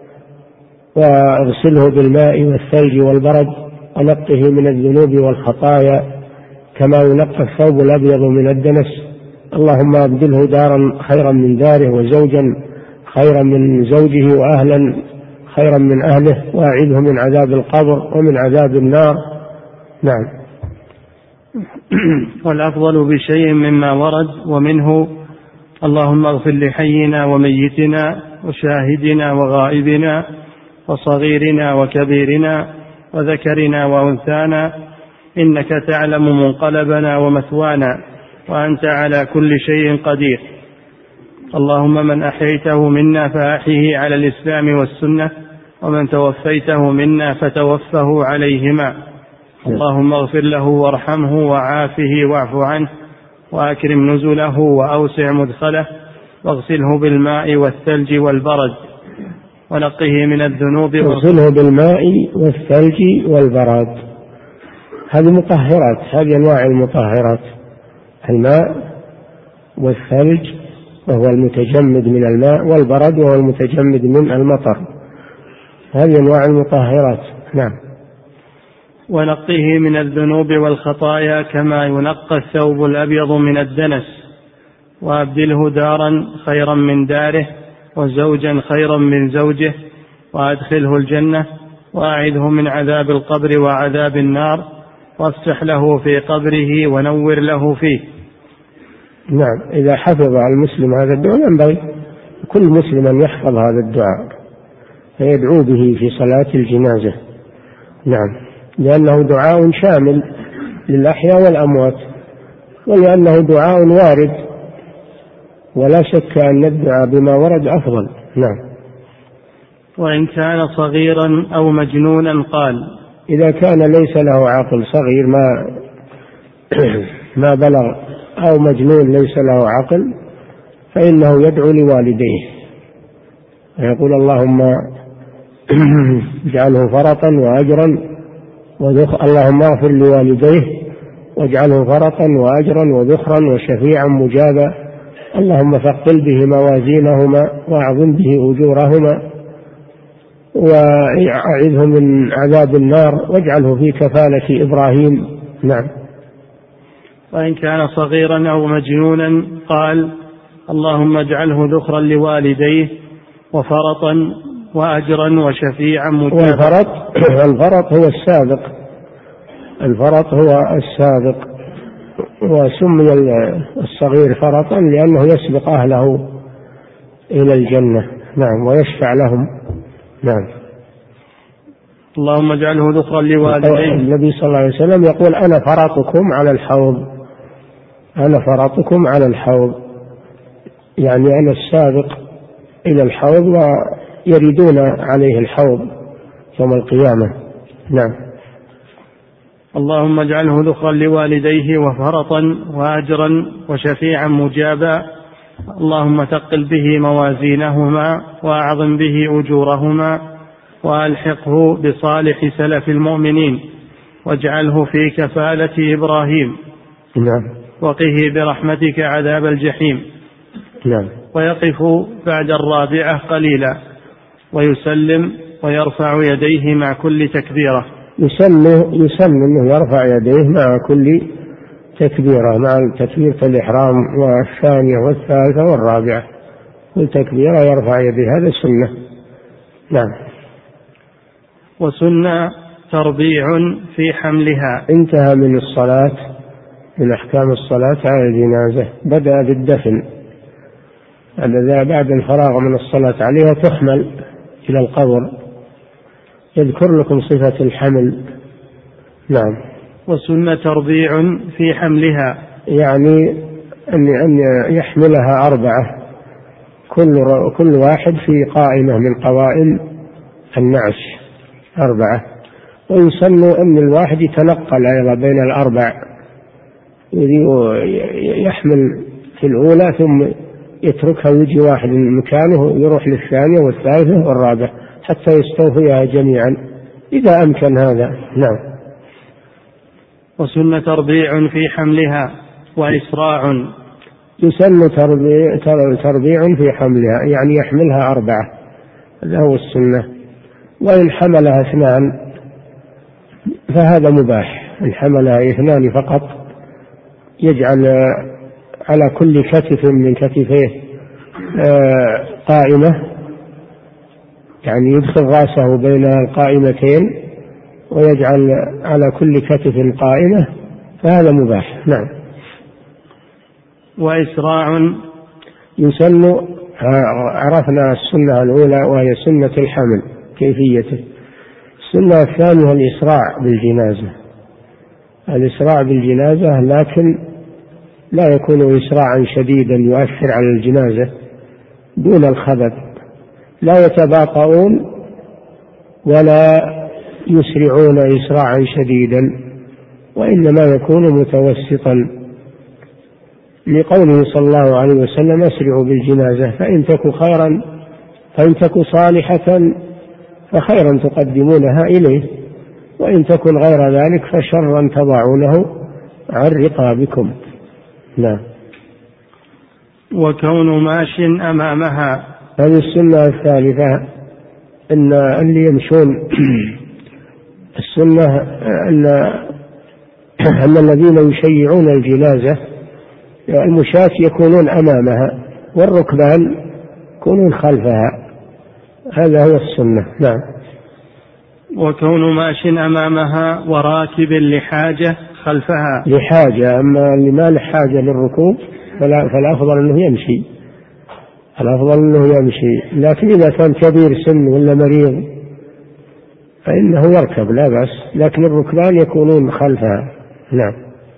Speaker 2: واغسله بالماء والثلج والبرد ونقه من الذنوب والخطايا كما ينقى الثوب الأبيض من الدنس، اللهم أبدله دارا خيرا من داره وزوجا خيرا من زوجه وأهلا خيرا من أهله، وأعيذه من عذاب القبر ومن عذاب النار. نعم.
Speaker 1: والأفضل بشيء مما ورد، ومنه اللهم اغفر لحينا وميتنا وشاهدنا وغائبنا وصغيرنا وكبيرنا وذكرنا وأنثانا، إنك تعلم منقلبنا ومثوانا، وأنت على كل شيء قدير. اللهم من أحييته منا فأحيه على الإسلام والسنة، ومن توفيته منا فتوفه عليهما، اللهم اغفر له وارحمه وعافه واعف عنه وأكرم نزله وأوسع مدخله واغسله بالماء والثلج والبرد ونقه من الذنوب.
Speaker 2: اغسله بالماء والثلج والبرد، هذه مطهرات، هذه أنواع المطهرات، الماء والثلج وهو المتجمد من الماء، والبرد وهو المتجمد من المطر، هذه أنواع المطهرات. نعم.
Speaker 1: ونقه من الذنوب والخطايا كما ينقى الثوب الأبيض من الدنس، وأبدله دارا خيرا من داره وزوجا خيرا من زوجه، وأدخله الجنة، وأعذه من عذاب القبر وعذاب النار، وافتح له في قبره ونور له فيه.
Speaker 2: نعم. إذا حفظ المسلم هذا الدعاء، ينبغي كل مسلم أن يحفظ هذا الدعاء فيدعو به في صلاة الجنازة. نعم. لأنه دعاء شامل للأحياء والأموات، ولأنه دعاء وارد، ولا شك أن الدعاء بما ورد أفضل. نعم.
Speaker 1: وإن كان صغيرا أو مجنونا قال،
Speaker 2: إذا كان ليس له عقل، صغير ما بلغ، أو مجنون ليس له عقل، فإنه يدعو لوالديه ويقول اللهم اجعله فرطا وأجرا اللهم اغفر لوالديه واجعله فرطا وأجرا وذخرا وشفيعا مجابا، اللهم ثقل به موازينهما وأعظم به أجورهما وأعذه من عذاب النار واجعله في كفالة إبراهيم. نعم.
Speaker 1: وإن كان صغيرا أو مجنونا قال اللهم اجعله ذخرا لوالديه وفرطا وأجرا وشفيعا مجابا.
Speaker 2: والفرط هو السابق، الفرط هو السابق، وسمي الصغير فرطا لأنه يسبق أهله إلى الجنة. نعم. ويشفع لهم. نعم.
Speaker 1: اللهم اجعله ذخرا لوالديه.
Speaker 2: النبي صلى الله عليه وسلم يقول أنا فرطكم على الحوض، أنا فرطكم على الحوض، يعني أنا السابق إلى الحوض ويريدون عليه الحوض يوم القيامة. نعم.
Speaker 1: اللهم اجعله ذخرا لوالديه وفرطا وأجرا وشفيعا مجابا، اللهم ثقل به موازينهما وأعظم به أجورهما وألحقه بصالح سلف المؤمنين واجعله في كفالة إبراهيم.
Speaker 2: نعم.
Speaker 1: وقه برحمتك عذاب الجحيم.
Speaker 2: نعم.
Speaker 1: ويقف بعد الرابعة قليلا ويسلم ويرفع يديه مع كل تكبيرة.
Speaker 2: يسمى أنه يرفع يديه مع كل تكبيرة، مع تكبيرة الإحرام والثانية والثالثة والرابعة، كل تكبيرة يرفع يديه، هذا السنة. نعم.
Speaker 1: وسنة تربيع في حملها.
Speaker 2: انتهى من الصلاة، من أحكام الصلاة على الجنازة. بدأ بالدفن، الذي بعد الفراغ من الصلاة عليها تحمل إلى القبر. يذكر لكم صفة الحمل. نعم.
Speaker 1: وسن تربيع في حملها،
Speaker 2: يعني أن يحملها 4، كل واحد في قائمة من قوائم النعش 4. ويسن أن الواحد يتنقل أيضا بين 4، يحمل في الأولى ثم يتركها ويجي واحد من مكانه يروح للثانية والثالثة والرابعة حتى يستوفيها جميعا إذا أمكن هذا. نعم.
Speaker 1: وسن تربيع في حملها وإسراع.
Speaker 2: يسن تربيع في حملها، يعني يحملها 4، هذا هو السنة. وإن حملها 2 فهذا مباح. إن حملها 2 فقط يجعل على كل كتف من كتفيه قائمة، يعني يدخل رأسه بين القائمتين ويجعل على كل كتف قائمة، فهذا مباح. نعم.
Speaker 1: وإسراع.
Speaker 2: يسن، عرفنا السنة الأولى وهي سنة الحمل كيفيته. السنة الثانية الإسراع بالجنازة. الإسراع بالجنازة، لكن لا يكون إسراعا شديدا يؤثر على الجنازة، دون الخبث. لا يتباطؤون ولا يسرعون إسراعا شديدا، وإنما يكون متوسطا، لقوله صلى الله عليه وسلم: أسرعوا بالجنازة فإن تك صالحة فخيرا تقدمونها إليه، وإن تكن غير ذلك فشرا تضعونه عن رقابكم. نعم.
Speaker 1: وكون ماش أمامها.
Speaker 2: هذه السنة الثالثة، أن اللي يمشون السنة أن الذين يشيعون الجنازة المشاة يكونون أمامها والركبان يكونون خلفها، هذا هو السنة. نعم.
Speaker 1: وكون ماش أمامها وراكب لحاجة خلفها.
Speaker 2: لحاجة، أما اللي ما له حاجة للركوب فالأفضل أنه يمشي، لكن إذا كان كبير سن ولا مريض فإنه يركب لا بأس، لكن الركبان يكونون خلفها. نعم.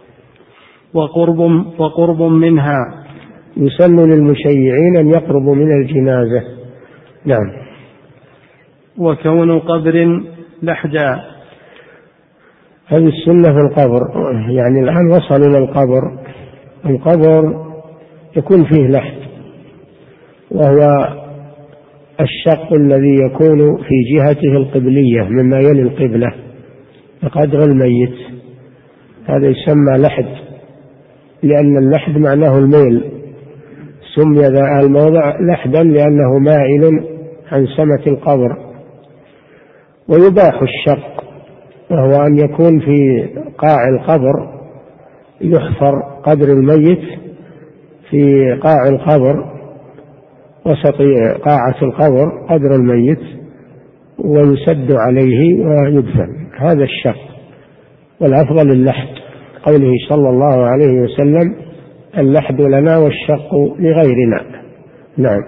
Speaker 1: وقرب منها.
Speaker 2: يسن للمشيعين أن يقربوا من الجنازة. نعم.
Speaker 1: وكون قبر لحدا.
Speaker 2: هذه السنة في القبر، يعني الآن وصل إلى القبر يكون فيه لحد، وهو الشق الذي يكون في جهته القبلية مما يلي القبلة بقدر الميت، هذا يسمى لحد، لأن اللحد معناه الميل. سمي ذا الموضع لحدا لأنه مائل عن سمة القبر. ويباح الشق، وهو أن يكون في قاع القبر، يحفر قدر الميت في قاع القبر، وسط قاعة القبر قدر الميت، ويسد عليه ويدفن، هذا الشق. والأفضل اللحد، قوله صلى الله عليه وسلم: اللحد لنا والشق لغيرنا. نعم.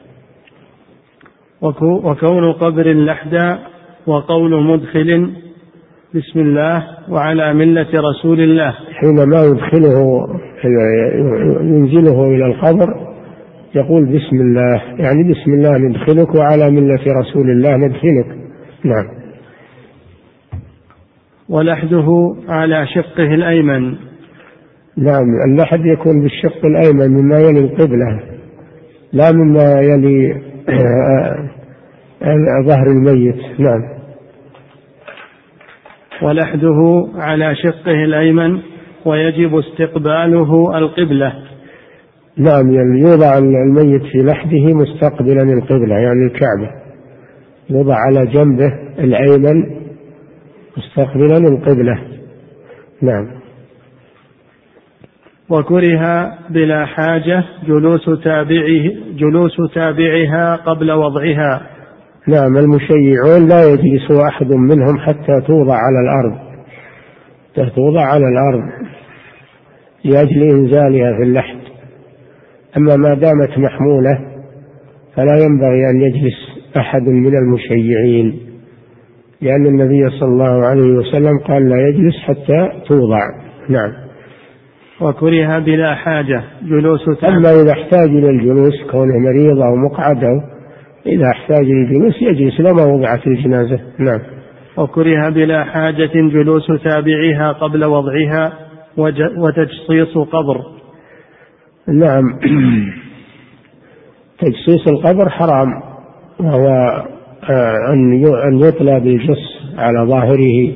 Speaker 1: وكون قبر اللحد. وقول مدخل: بسم الله وعلى ملة رسول الله.
Speaker 2: حينما ينزله إلى القبر يقول: بسم الله، يعني بسم الله ندخلك، وعلى ملة رسول الله ندفنك. نعم.
Speaker 1: ولحده على شقه الأيمن.
Speaker 2: نعم. اللحد يكون بالشق الأيمن مما يلي القبلة، لا مما يلي ظهر الميت. نعم.
Speaker 1: ولحده على شقه الأيمن، ويجب استقباله القبلة.
Speaker 2: نعم. يوضع الميت في لحده مستقبلا القبلة، يعني الكعبة، يوضع على جنبه الأيمن مستقبلا القبلة. نعم.
Speaker 1: وكره بلا حاجة جلوس تابعها قبل وضعها.
Speaker 2: نعم المشيعون لا يجلس أحد منهم حتى توضع على الأرض، توضع على الأرض لأجل إنزالها في اللحد. أما ما دامت محمولة فلا ينبغي أن يجلس أحد من المشيعين، لأن النبي صلى الله عليه وسلم قال لا يجلس حتى توضع. نعم.
Speaker 1: وكره بلا حاجة جلوس
Speaker 2: أما إذا احتاج إلى الجلوس كونه مريض أو مقعد أو إذا احتاج للجلوس يجلس لما وضعت الجنازة. نعم.
Speaker 1: وكره بلا حاجة جلوس تابعها قبل وضعها وتجصيص قبر.
Speaker 2: نعم. تجصيص القبر حرام، وهو أن يطلى بالجص على ظاهره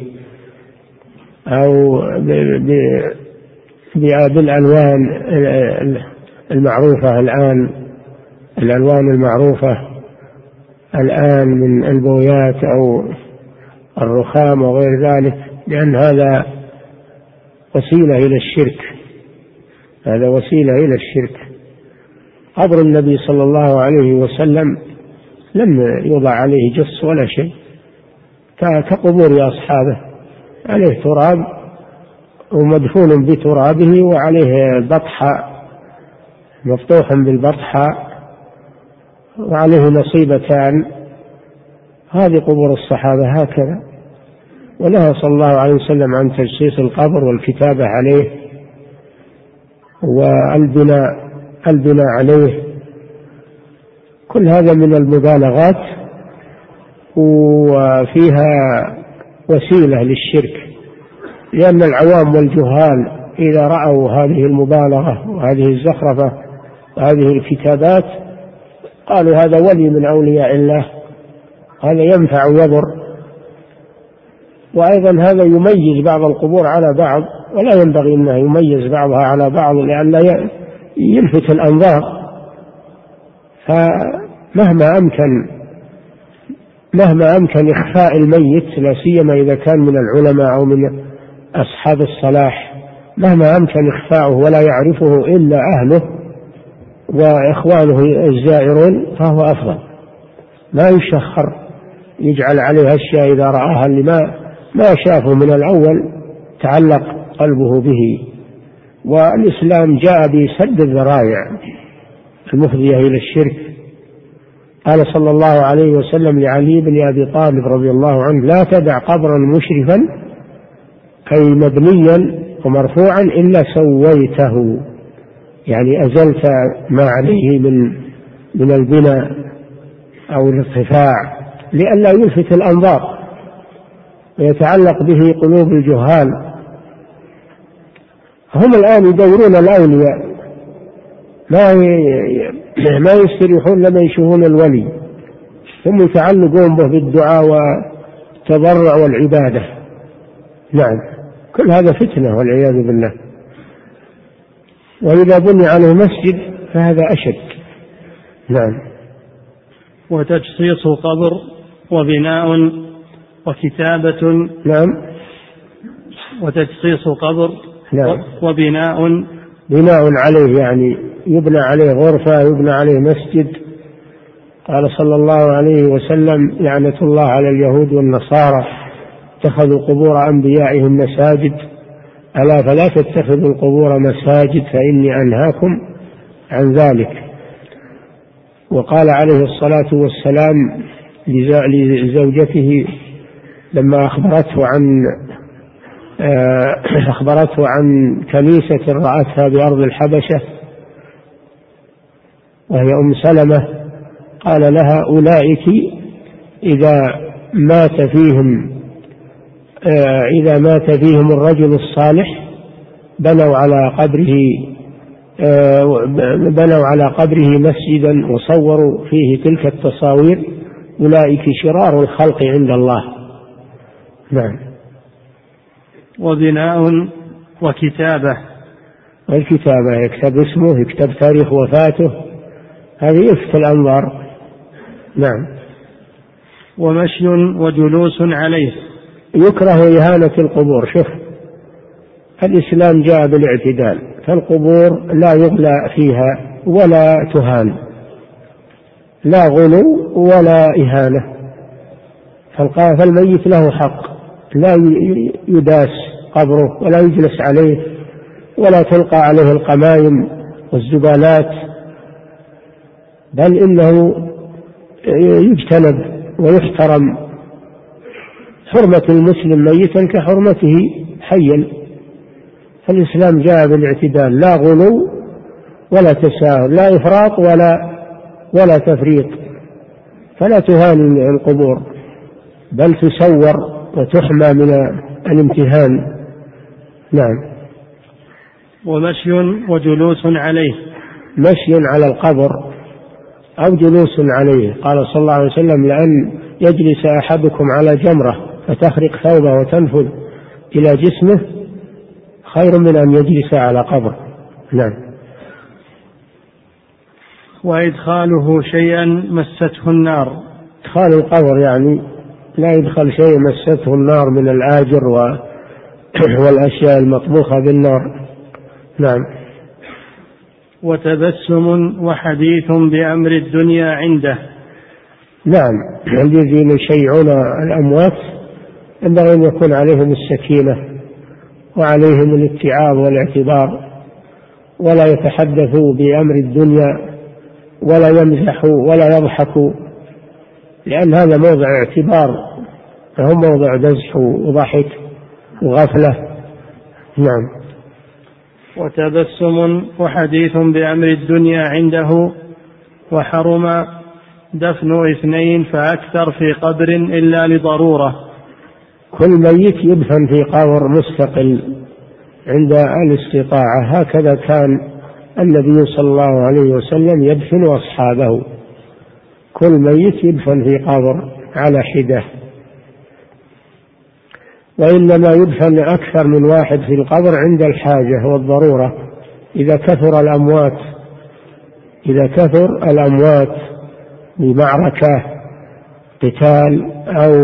Speaker 2: أو بالألوان المعروفة الآن، الألوان المعروفة الآن من البويات أو الرخام وغير ذلك، لأن هذا وسيلة إلى الشرك، هذا وسيلة إلى الشرك. قبر النبي صلى الله عليه وسلم لم يوضع عليه جص ولا شيء كقبور أصحابه، عليه تراب ومدفون بترابه وعليه بطحة مفتوح بالبطحة وعليه نصيبتان، هذه قبور الصحابة هكذا. ونهى صلى الله عليه وسلم عن تجصيص القبر والكتابة عليه والبناء عليه، كل هذا من المبالغات وفيها وسيلة للشرك، لأن العوام والجهال إذا رأوا هذه المبالغة وهذه الزخرفة وهذه الكتابات قالوا هذا ولي من أولياء الله، هذا ينفع ويضر. وأيضا هذا يميز بعض القبور على بعض، ولا ينبغي أنه يميز بعضها على بعض لئلا يلفت الأنظار. فمهما أمكن إخفاء الميت، لا سيما إذا كان من العلماء أو من أصحاب الصلاح، مهما أمكن إخفاؤه ولا يعرفه إلا أهله وإخوانه الزائرون فهو أفضل. ما يشخر يجعل عليه أشياء إذا رآها اللي ما شافه من الأول تعلق قلبه به. والإسلام جاء بسد الذرائع المفضية إلى الشرك. قال صلى الله عليه وسلم لعلي بن أبي طالب رضي الله عنه: لا تدع قبرا مشرفا أي مبنيا ومرفوعا إلا سويته، يعني أزلت ما عليه من البناء أو الارتفاع لئلا يلفت الأنظار ويتعلق به قلوب الجهال. هم الآن يدورون الأولياء، ما يستريحون لما يشوفون الولي، ثم يتعلقون به بالدعاء والتضرع والعبادة. نعم، كل هذا فتنة والعياذ بالله. وإذا بني عليه مسجد فهذا أشد. نعم.
Speaker 1: وتجصيص قبر وبناء وكتابة.
Speaker 2: نعم.
Speaker 1: وتجصيص قبر.
Speaker 2: نعم.
Speaker 1: بناء
Speaker 2: عليه، يعني يبنى عليه غرفة، يبنى عليه مسجد. قال صلى الله عليه وسلم: لعنة الله على اليهود والنصارى اتخذوا قبور أنبيائهم مساجد، ألا فلا تتخذوا القبور مساجد فإني أنهاكم عن ذلك. وقال عليه الصلاة والسلام لزوجته لما أخبرته عن كنيسة رأتها بأرض الحبشة وهي أم سلمة، قال لها: أولئك إذا مات فيهم الرجل الصالح بنوا على قبره مسجدا وصوروا فيه تلك التصاوير، أولئك شرار الخلق عند الله. نعم.
Speaker 1: وبناء وكتابة.
Speaker 2: والكتابة يكتب اسمه، يكتب تاريخ وفاته، هذه يلفت الأنظار. نعم.
Speaker 1: ومشي وجلوس عليه.
Speaker 2: يكره إهانة القبور. شوف، الإسلام جاء بالاعتدال، فالقبور لا يغلى فيها ولا تهان، لا غلو ولا إهانة. فالميت له حق، لا يداس قبره ولا يجلس عليه ولا تلقى عليه القمايم والزبالات، بل إنه يجتنب ويحترم. حرمة المسلم ميتا كحرمته حيا. فالإسلام جاء بالاعتدال، لا غلو ولا تساهل، لا إفراط ولا تفريط. فلا تهان القبور بل تسور وتحمى من الامتهان. نعم.
Speaker 1: ومشي وجلوس عليه.
Speaker 2: مشي على القبر أو جلوس عليه. قال صلى الله عليه وسلم: لأن يجلس أحدكم على جمرة فتخرق ثوبه وتنفذ إلى جسمه خير من أن يجلس على قبر. نعم.
Speaker 1: وإدخاله شيئا مسته النار.
Speaker 2: إدخال القبر يعني لا يدخل شيء مسته النار من الآجر والأشياء المطبوخة بالنار. نعم.
Speaker 1: وتبسم وحديث بأمر الدنيا عنده.
Speaker 2: نعم. الذين يشيعون الأموات ينبغي أن يكون عليهم السكينة وعليهم الاتعاظ والاعتبار، ولا يتحدثوا بأمر الدنيا ولا يمزحوا ولا يضحكوا، لأن هذا موضع اعتبار، فهم موضع مزح وضحك وغفلة. نعم.
Speaker 1: وتبسم وحديث بأمر الدنيا عنده. وحرم دفن 2 فأكثر في قبر إلا لضرورة.
Speaker 2: كل ميت يدفن في قبر مستقل عند الاستطاعة. هكذا كان النبي صلى الله عليه وسلم يدفن أصحابه. كل ميت يدفن في قبر على حدة، وإنما يدفن أكثر من واحد في القبر عند الحاجة والضرورة. إذا كثر الأموات بمعركة قتال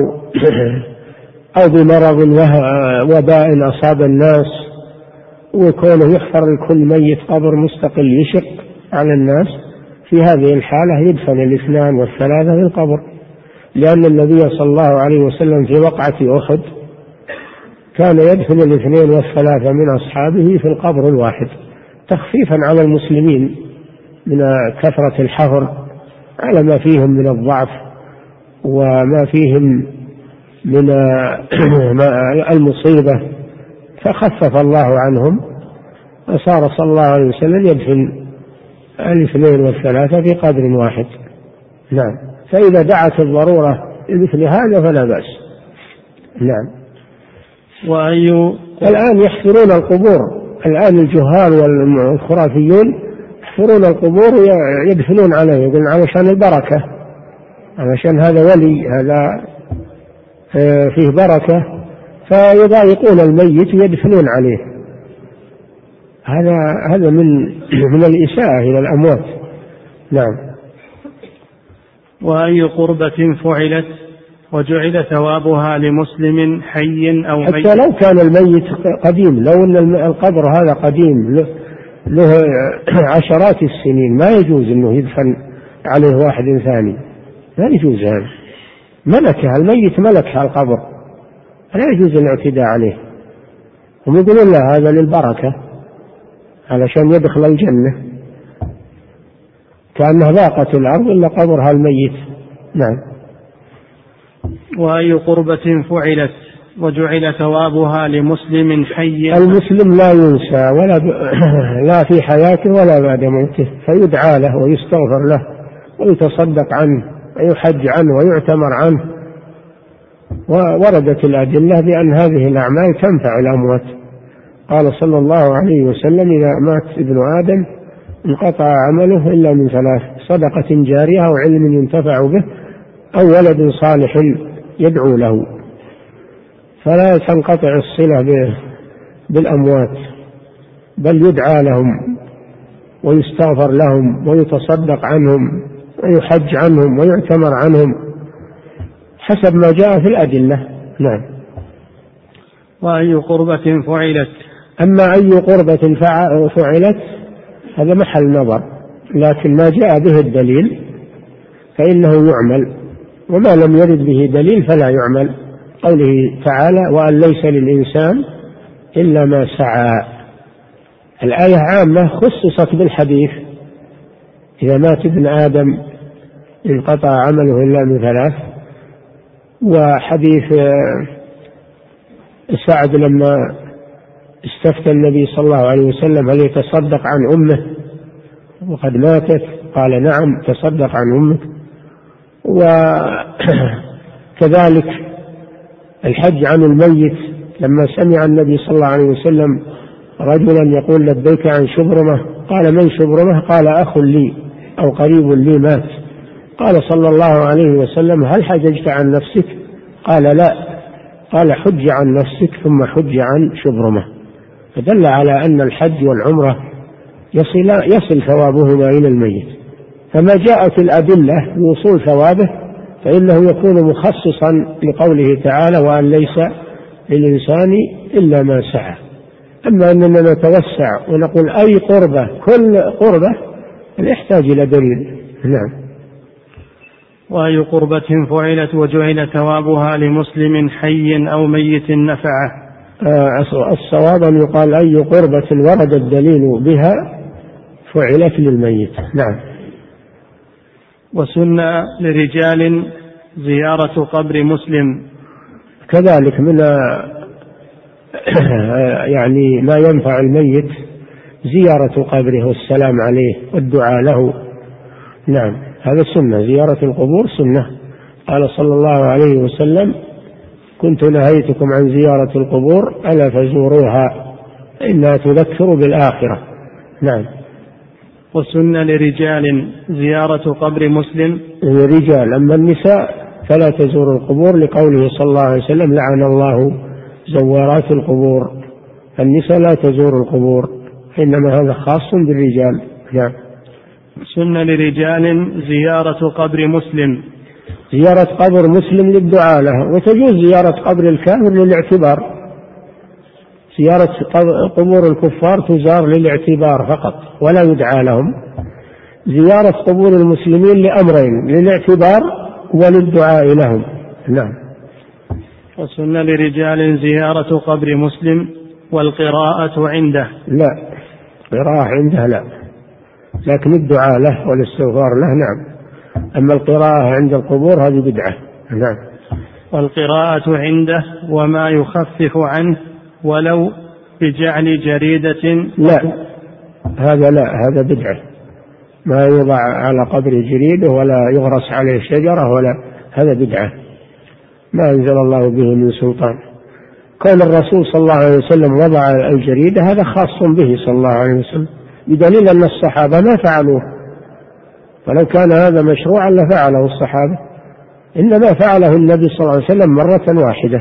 Speaker 2: أو بمرض وباء أصاب الناس، وكونه يحفر لكل ميت قبر مستقل يشق على الناس، في هذه الحالة يدفن 2 و3 في القبر. لأن النبي صلى الله عليه وسلم في وقعة أحد كان يدفن 2 و3 من أصحابه في القبر الواحد، تخفيفا على المسلمين من كثرة الحفر، على ما فيهم من الضعف وما فيهم من المصيبة، فخفف الله عنهم، وصار صلى الله عليه وسلم يدفن 2 و3 في قبر واحد. نعم. فإذا دعت الضرورة مثل هذا فلا بأس. نعم. الآن يحفرون القبور، الآن الجهال والخرافيون يحفرون القبور ويدفنون عليه، يقولون علشان البركة، علشان هذا ولي، هذا فيه بركة، فيضايقون الميت ويدفنون عليه. هذا من الإساءة إلى الأموات. نعم.
Speaker 1: وأي قربة فعلت وجعل ثوابها لمسلم حي أو ميت.
Speaker 2: حتى لو كان الميت قديم، لو أن القبر هذا قديم له عشرات السنين، ما يجوز أنه يدفن عليه واحد ثاني، لا يجوز هذا. ملكها الميت، ملكها القبر، لا يجوز الاعتداء عليه. هم يقولون لا، هذا للبركة علشان يدخل الجنة، كأنها ضاقت الأرض إلا قبرها الميت. نعم.
Speaker 1: وأي قربة فعلت وجعل ثوابها لمسلم حي.
Speaker 2: المسلم لا ينسى لا في حياته ولا بعد موته، فيدعى له ويستغفر له ويتصدق عنه ويحج عنه ويعتمر عنه. ووردت الأدلة بأن هذه الأعمال تنفع الأموات. قال صلى الله عليه وسلم: إذا مات ابن آدم انقطع عمله إلا من 3: صدقة جارية أو علم ينتفع به أو ولد صالح يدعو له. فلا تنقطع الصلة بالأموات، بل يدعى لهم ويستغفر لهم ويتصدق عنهم ويحج عنهم ويعتمر عنهم حسب ما جاء في الأدلة. نعم.
Speaker 1: وأي قربة فعلت.
Speaker 2: أما أي قربة فعلت هذا محل نظر، لكن ما جاء به الدليل فإنه يعمل، وما لم يرد به دليل فلا يعمل. قوله تعالى: وأن ليس للإنسان إلا ما سعى. الآية عامة خصصت بالحديث: إذا مات ابن آدم انقطع عمله إلا من ثلاث. وحديث سعد لما استفتى النبي صلى الله عليه وسلم هل يتصدق عن أمه وقد ماتت، قال: نعم، تصدق عن أمك. وكذلك الحج عن الميت، لما سمع النبي صلى الله عليه وسلم رجلا يقول: لبيك عن شبرمة، قال: من شبرمة؟ قال: أخ لي أو قريب لي مات. قال صلى الله عليه وسلم: هل حججت عن نفسك؟ قال: لا. قال: حج عن نفسك ثم حج عن شبرمة. فدل على أن الحج والعمرة يصل ثوابهما إلى الميت، فما جاءت الأدلة بوصول ثوابه فإنه يكون مخصصا لقوله تعالى: وأن ليس للإنسان إلا ما سعى. أما أننا نتوسع ونقول أي قربة، كل قربة، يحتاج إلى دليل. نعم.
Speaker 1: وأي قربة فعلت وجعل ثوابها لمسلم حي أو ميت نفعه.
Speaker 2: الصواب أن يقال أي قربة ورد الدليل بها فعلت للميت. نعم.
Speaker 1: وسن لرجال زيارة قبر مسلم،
Speaker 2: كذلك من يعني ما ينفع الميت زيارة قبره والسلام عليه والدعاء له. نعم، هذا سنة، زيارة القبور سنة. قال صلى الله عليه وسلم: كنت نهيتكم عن زيارة القبور ألا فزوروها إنها تذكر بالآخرة. نعم.
Speaker 1: وسن لرجال زيارة قبر مسلم،
Speaker 2: الرجال. أما النساء فلا تزور القبور، لقوله صلى الله عليه وسلم: لعن الله زوارات القبور. النساء لا تزور القبور، إنما هذا خاص بالرجال. نعم.
Speaker 1: سن لرجال زيارة قبر مسلم،
Speaker 2: زيارة قبر مسلم للدعاء له، وتجوز زيارة قبر الكافر للاعتبار. زيارة قبور الكفار تزار للاعتبار فقط ولا يدعى لهم. زيارة قبور المسلمين لأمرين: للاعتبار وللدعاء لهم. نعم.
Speaker 1: وسن لرجال زيارة قبر مسلم والقراءة عنده.
Speaker 2: لا، قراءة عنده لا، لكن الدعاء له والاستغفار له. نعم. أما القراءة عند القبور هذه بدعة. نعم.
Speaker 1: والقراءة عنده وما يخفف عنه ولو بجعل جريدة.
Speaker 2: لا، هذا لا، هذا بدعة. ما يوضع على قبر جريدة ولا يغرس عليه شجرة ولا، هذا بدعة ما أنزل الله به من سلطان. كون الرسول صلى الله عليه وسلم وضع الجريدة هذا خاص به صلى الله عليه وسلم، بدليل أن الصحابة ما فعلوه، ولو كان هذا مشروعا لفعله الصحابة، إنما فعله النبي صلى الله عليه وسلم مرة واحدة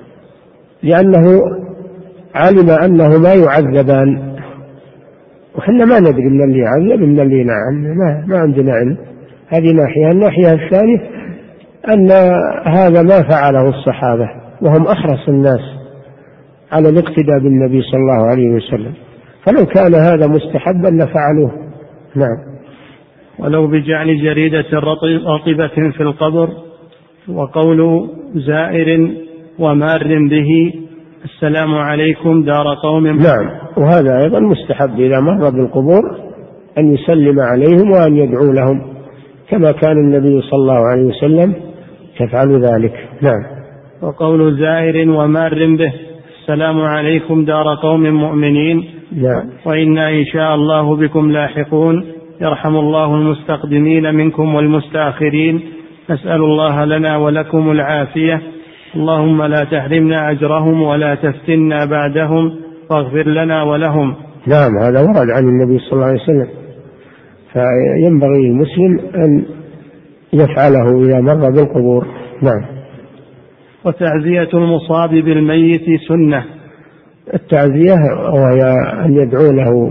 Speaker 2: لأنه علم أنه ما يعذبان، وحنا ما ندري من اللي يعذب من اللي ينعم، ما عندنا علم. هذه ناحية. الناحية الثانية أن هذا ما فعله الصحابة، وهم أحرص الناس على الاقتداء بالنبي صلى الله عليه وسلم، فلو كان هذا مستحبا لفعلوه. نعم.
Speaker 1: ولو بجعل جريدة رطبة في القبر. وقول زائر ومار به: السلام عليكم دار قوم.
Speaker 2: نعم، وهذا أيضا مستحب إذا مر بالقبور أن يسلم عليهم وأن يدعو لهم، كما كان النبي صلى الله عليه وسلم يفعل ذلك. نعم.
Speaker 1: وقول زائر ومار به: السلام عليكم دار قوم مؤمنين.
Speaker 2: نعم.
Speaker 1: وإنا إن شاء الله بكم لاحقون، يرحم الله المستقدمين منكم والمستأخرين، نسأل الله لنا ولكم العافية، اللهم لا تحرمنا أجرهم ولا تفتنا بعدهم، واغفر لنا ولهم.
Speaker 2: نعم، هذا ورد عن النبي صلى الله عليه وسلم، فينبغي المسلم أن يفعله إذا مر بالقبور. نعم.
Speaker 1: وتعزية المصاب بالميت سنة.
Speaker 2: التعزية وهي أن يدعو له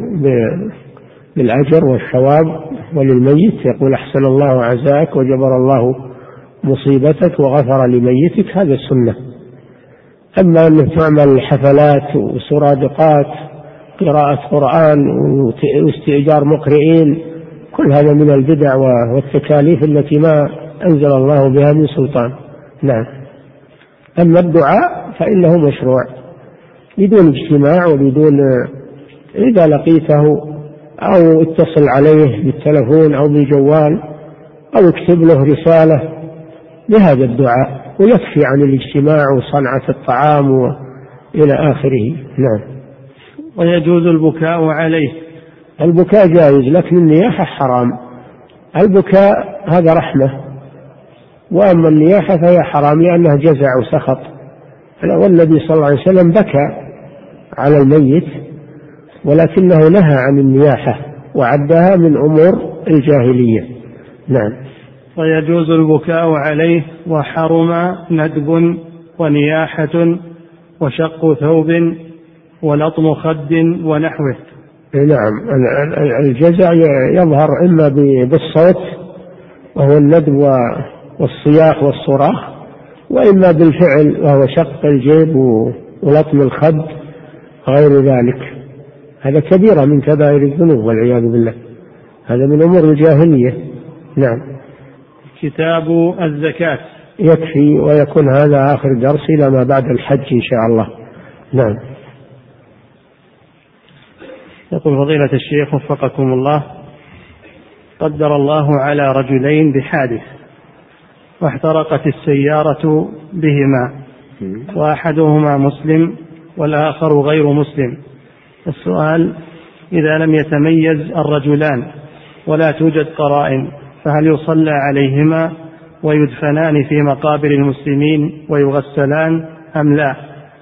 Speaker 2: بالأجر والثواب، وللميت يقول: أحسن الله عزاك وجبر الله مصيبتك وغفر لميتك، هذا السنة. أما أن تعمل حفلات وسرادقات، قراءة قرآن واستئجار مقرئين، كل هذا من البدع والتكاليف التي ما أنزل الله بها من سلطان. نعم. أما الدعاء فإنه مشروع بدون اجتماع وبدون، إذا لقيته أو اتصل عليه بالتلفون أو بالجوال أو اكتب له رسالة بهذا الدعاء، ويكفي عن الاجتماع وصنعة الطعام إلى آخره. نعم.
Speaker 1: ويجوز البكاء عليه.
Speaker 2: البكاء جائز، لكن النياحة حرام. البكاء هذا رحمة، وأما النياحة فهي حرام لأنها جزع وسخط. والنبي صلى الله عليه وسلم بكى على الميت، ولكنه نهى عن النياحة وعدها من أمور الجاهلية. نعم.
Speaker 1: ويجوز البكاء عليه، وحرم ندب ونياحة وشق ثوب ولطم خد ونحوه.
Speaker 2: نعم. الجزع يظهر إما بالصوت وهو الندب والصياح والصراخ، وإما بالفعل وهو شق الجيب ولطم الخد غير ذلك. هذا كبيرة من كبائر الذنوب والعياذ بالله، هذا من أمور الجاهلية. نعم.
Speaker 1: كتاب الزكاة.
Speaker 2: يكفي، ويكون هذا آخر درس إلى ما بعد الحج إن شاء الله. نعم.
Speaker 1: يقول فضيلة الشيخ وفقكم الله: قدر الله على رجلين بحادث واحترقت السيارة بهما، وأحدهما مسلم والآخر غير مسلم. السؤال: إذا لم يتميز الرجلان ولا توجد قرائن، فهل يصلى عليهما ويدفنان في مقابر المسلمين ويغسلان أم لا؟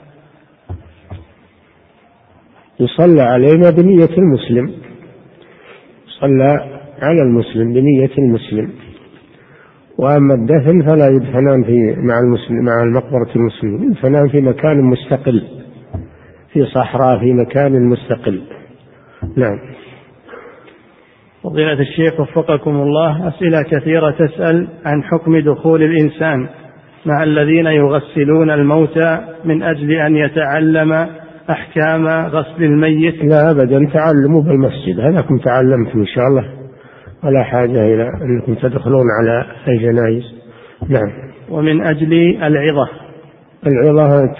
Speaker 2: يصلى عليهما بنية المسلم، صلى على المسلم بنية المسلم. وأما الدفن فلا يدفنان مع المقبرة المسلمين، يدفنان في مكان مستقل، في صحراء، في مكان مستقل. نعم.
Speaker 1: فضيلة الشيخ وفقكم الله، أسئلة كثيرة تسأل عن حكم دخول الإنسان مع الذين يغسلون الموتى من أجل أن يتعلم أحكام غسل الميت.
Speaker 2: لا أبدا، تعلموا بالمسجد، هذاكم تعلمتم إن شاء الله، ولا حاجة إلى أنكم تدخلون على الجنائز. نعم.
Speaker 1: ومن أجل
Speaker 2: العظة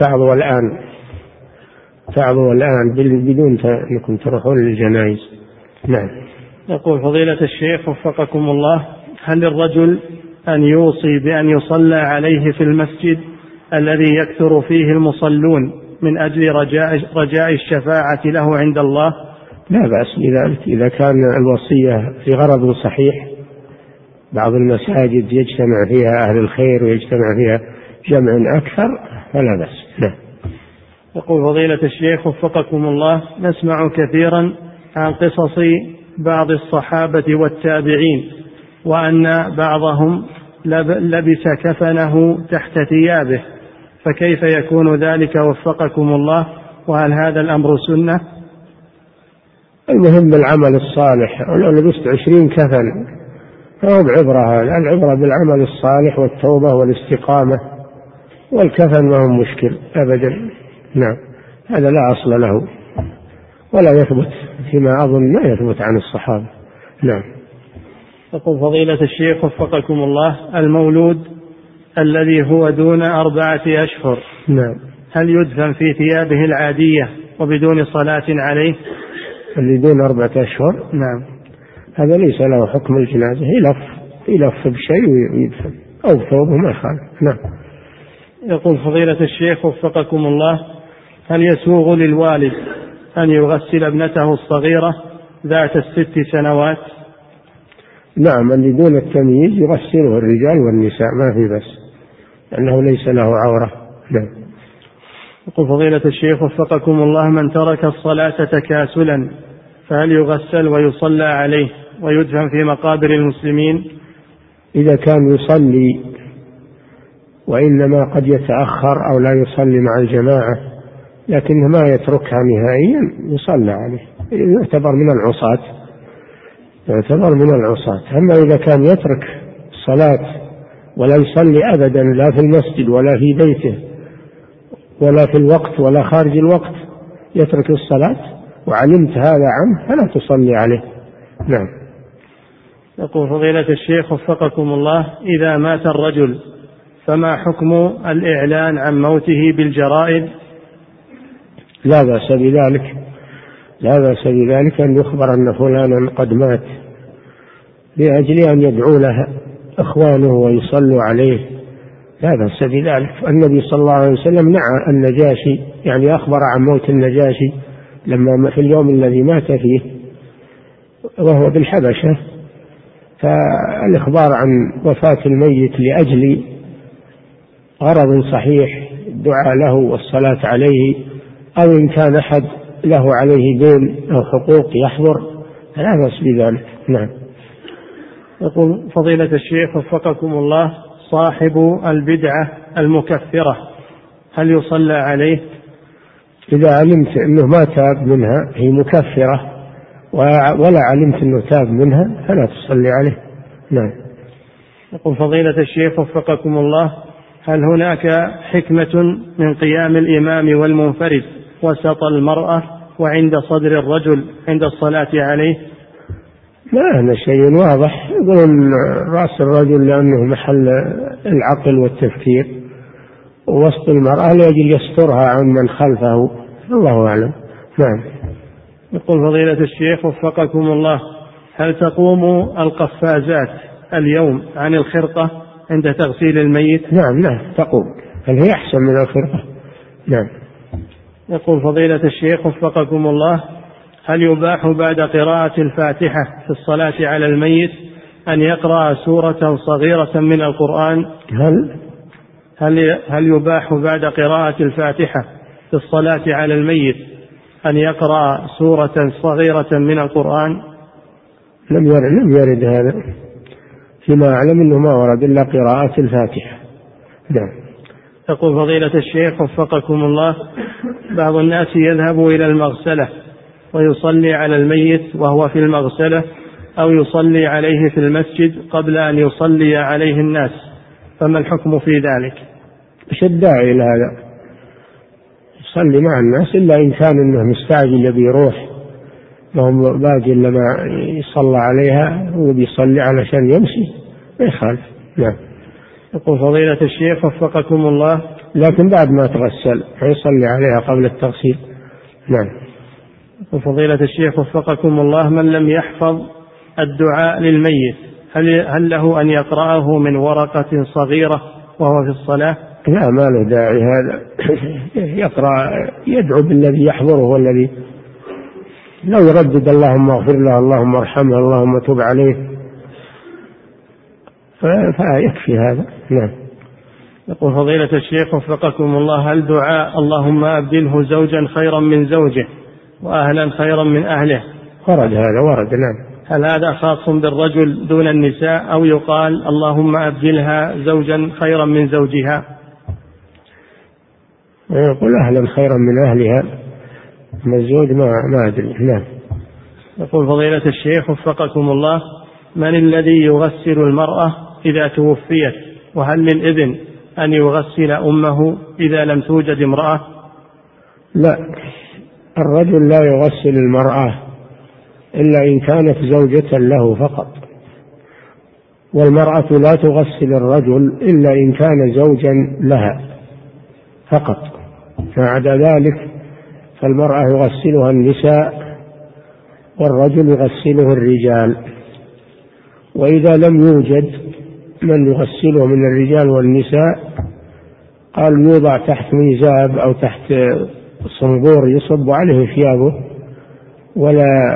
Speaker 2: تعظوا الآن بدون أنكم تروحون للجنائز. نعم.
Speaker 1: يقول فضيلة الشيخ وفقكم الله: هل للرجل أن يوصي بأن يصلى عليه في المسجد الذي يكثر فيه المصلون من أجل رجاء الشفاعة له عند الله؟
Speaker 2: لا بأس بذلك إذا كان الوصية في غرض صحيح. بعض المساجد يجتمع فيها أهل الخير ويجتمع فيها جمع أكثر، فلا بأس. لا.
Speaker 1: يقول فضيلة الشيخ وفقكم الله: نسمع كثيرا عن قصص بعض الصحابة والتابعين، وأن بعضهم لبس كفنه تحت ثيابه، فكيف يكون ذلك وفقكم الله؟ وهل هذا الأمر سنة؟
Speaker 2: المهم بالعمل الصالح، ولو لبست 20 كفن فهو بعبرة. العبرة بالعمل الصالح والتوبة والاستقامة، والكفن ما هو مشكل أبدا. نعم. هذا لا أصل له ولا يثبت، فيما أظن ما يثبت عن الصحابة. نعم.
Speaker 1: يقول فضيلة الشيخ وفقكم الله: المولود الذي هو دون 4 أشهر،
Speaker 2: نعم،
Speaker 1: هل يدفن في ثيابه العادية وبدون صلاة عليه؟
Speaker 2: اللي دون 4 أشهر،
Speaker 1: نعم،
Speaker 2: هذا ليس له حكم الجنازة، يلف بشيء ويدفن، أو ثوبه ما يخالف. نعم.
Speaker 1: يقول فضيلة الشيخ وفقكم الله: هل يسوغ للوالد أن يغسل ابنته الصغيرة ذات 6 سنوات؟
Speaker 2: نعم، اللي دون التمييز يغسله الرجال والنساء، ما في بس، لأنه ليس له عورة. نعم.
Speaker 1: يقول فضيلة الشيخ وفقكم الله: من ترك الصلاة تكاسلا فهل يغسل ويصلى عليه ويدفن في مقابر المسلمين؟
Speaker 2: إذا كان يصلي وإنما قد يتأخر أو لا يصلي مع الجماعة لكنه ما يتركها نهائيا يصلى عليه، يعتبر من العصاة. أما إذا كان يترك الصلاة ولا يصلي أبدا، لا في المسجد ولا في بيته ولا في الوقت ولا خارج الوقت، يترك الصلاة وعلمت هذا عنه فلا تصلي عليه. نعم.
Speaker 1: يقول فضيلة الشيخ وفقكم الله: إذا مات الرجل فما حكم الإعلان عن موته بالجرائد؟
Speaker 2: لا بأس بذلك، لا بأس بذلك أن يخبر أن فلانا قد مات لأجل أن يدعو له إخوانه ويصلوا عليه، لا بأس بذلك. النبي صلى الله عليه وسلم نعى النجاشي، يعني أخبر عن موت النجاشي لما في اليوم الذي مات فيه وهو بالحبشة، فالإخبار عن وفاة الميت لأجل غرض صحيح، الدعاء له والصلاة عليه، أو إن كان أحد له عليه دين أو حقوق يحضر، لا بأس بذلك. نعم.
Speaker 1: يقول فضيلة الشيخ وفقكم الله: صاحب البدعة المكفرة هل يصلى عليه؟
Speaker 2: إذا علمت أنه ما تاب منها، هي مكفرة، ولا علمت أنه تاب منها فلا تصلي عليه. نعم.
Speaker 1: يقول فضيلة الشيخ وفقكم الله: هل هناك حكمة من قيام الإمام والمنفرد وسط المرأة وعند صدر الرجل عند الصلاة عليه؟
Speaker 2: لا، هذا شيء واضح. يقولون رأس الرجل لأنه محل العقل والتفكير، ووسط المرأة لأجل يسترها عن من خلفه، الله أعلم. نعم.
Speaker 1: يقول فضيلة الشيخ وفقكم الله: هل تقوم القفازات اليوم عن الخرقة عند تغسيل الميت؟
Speaker 2: نعم، لا تقوم، بل هي أحسن من الخرقة. نعم.
Speaker 1: يقول فضيلة الشيخ وفقكم الله: هل يباح بعد قراءة الفاتحة في الصلاة على الميت أن يقرأ سورة صغيرة من القرآن؟ هل يباح بعد قراءة الفاتحة في الصلاة على الميت أن يقرأ سورة صغيرة من القرآن؟
Speaker 2: لم يرد هذا، فيما أعلم أنه ما ورد إلا قراءة الفاتحة. نعم.
Speaker 1: يقول فضيلة الشيخ وفقكم الله: بعض الناس يذهب إلى المغسلة ويصلي على الميت وهو في المغسلة، أو يصلي عليه في المسجد قبل أن يصلي عليه الناس، فما الحكم في ذلك؟
Speaker 2: إيش الداعي إلى هذا؟ يصلي مع الناس إلا إن كان إنه مستعجل يبي يروح، ما هو باقي لما يصلى عليها وبيصلي علشان يمشي، ما يخالف. نعم.
Speaker 1: يقول فضيلة الشيخ وفقكم الله:
Speaker 2: لكن بعد ما تغسل فيصلي عليها قبل التغسيل. نعم.
Speaker 1: يقول فضيلة الشيخ وفقكم الله: من لم يحفظ الدعاء للميت هل له أن يقرأه من ورقة صغيرة وهو في الصلاة؟
Speaker 2: لا، ما له داعي هذا. يقرأ، يدعو بالذي يحضره، والذي لو يردد اللهم اغفر له، اللهم ارحمه، اللهم تب عليه، فيكفي هذا. نعم.
Speaker 1: يقول فضيلة الشيخ وفقكم الله: هل دعاء اللهم أبدله زوجا خيرا من زوجه وأهلا خيرا من أهله
Speaker 2: ورد هذا؟ ورد. نعم.
Speaker 1: هل هذا خاص بالرجل دون النساء، أو يقال اللهم أبدلها زوجا خيرا من زوجها؟
Speaker 2: يقول أهلا خيرا من أهلها، من الزوج ما أدري. نعم.
Speaker 1: يقول فضيلة الشيخ وفقكم الله: من الذي يغسل المرأة إذا توفيت، وهل للإذن أن يغسل أمه إذا لم توجد امرأة؟
Speaker 2: لا، الرجل لا يغسل المرأة إلا إن كانت زوجة له فقط، والمرأة لا تغسل الرجل إلا إن كان زوجا لها فقط، فعدا ذلك فالمرأة يغسلها النساء والرجل يغسله الرجال. وإذا لم يوجد من يغسله من الرجال والنساء، قال يوضع تحت ميزاب أو تحت صنبور يصب عليه ثيابه، ولا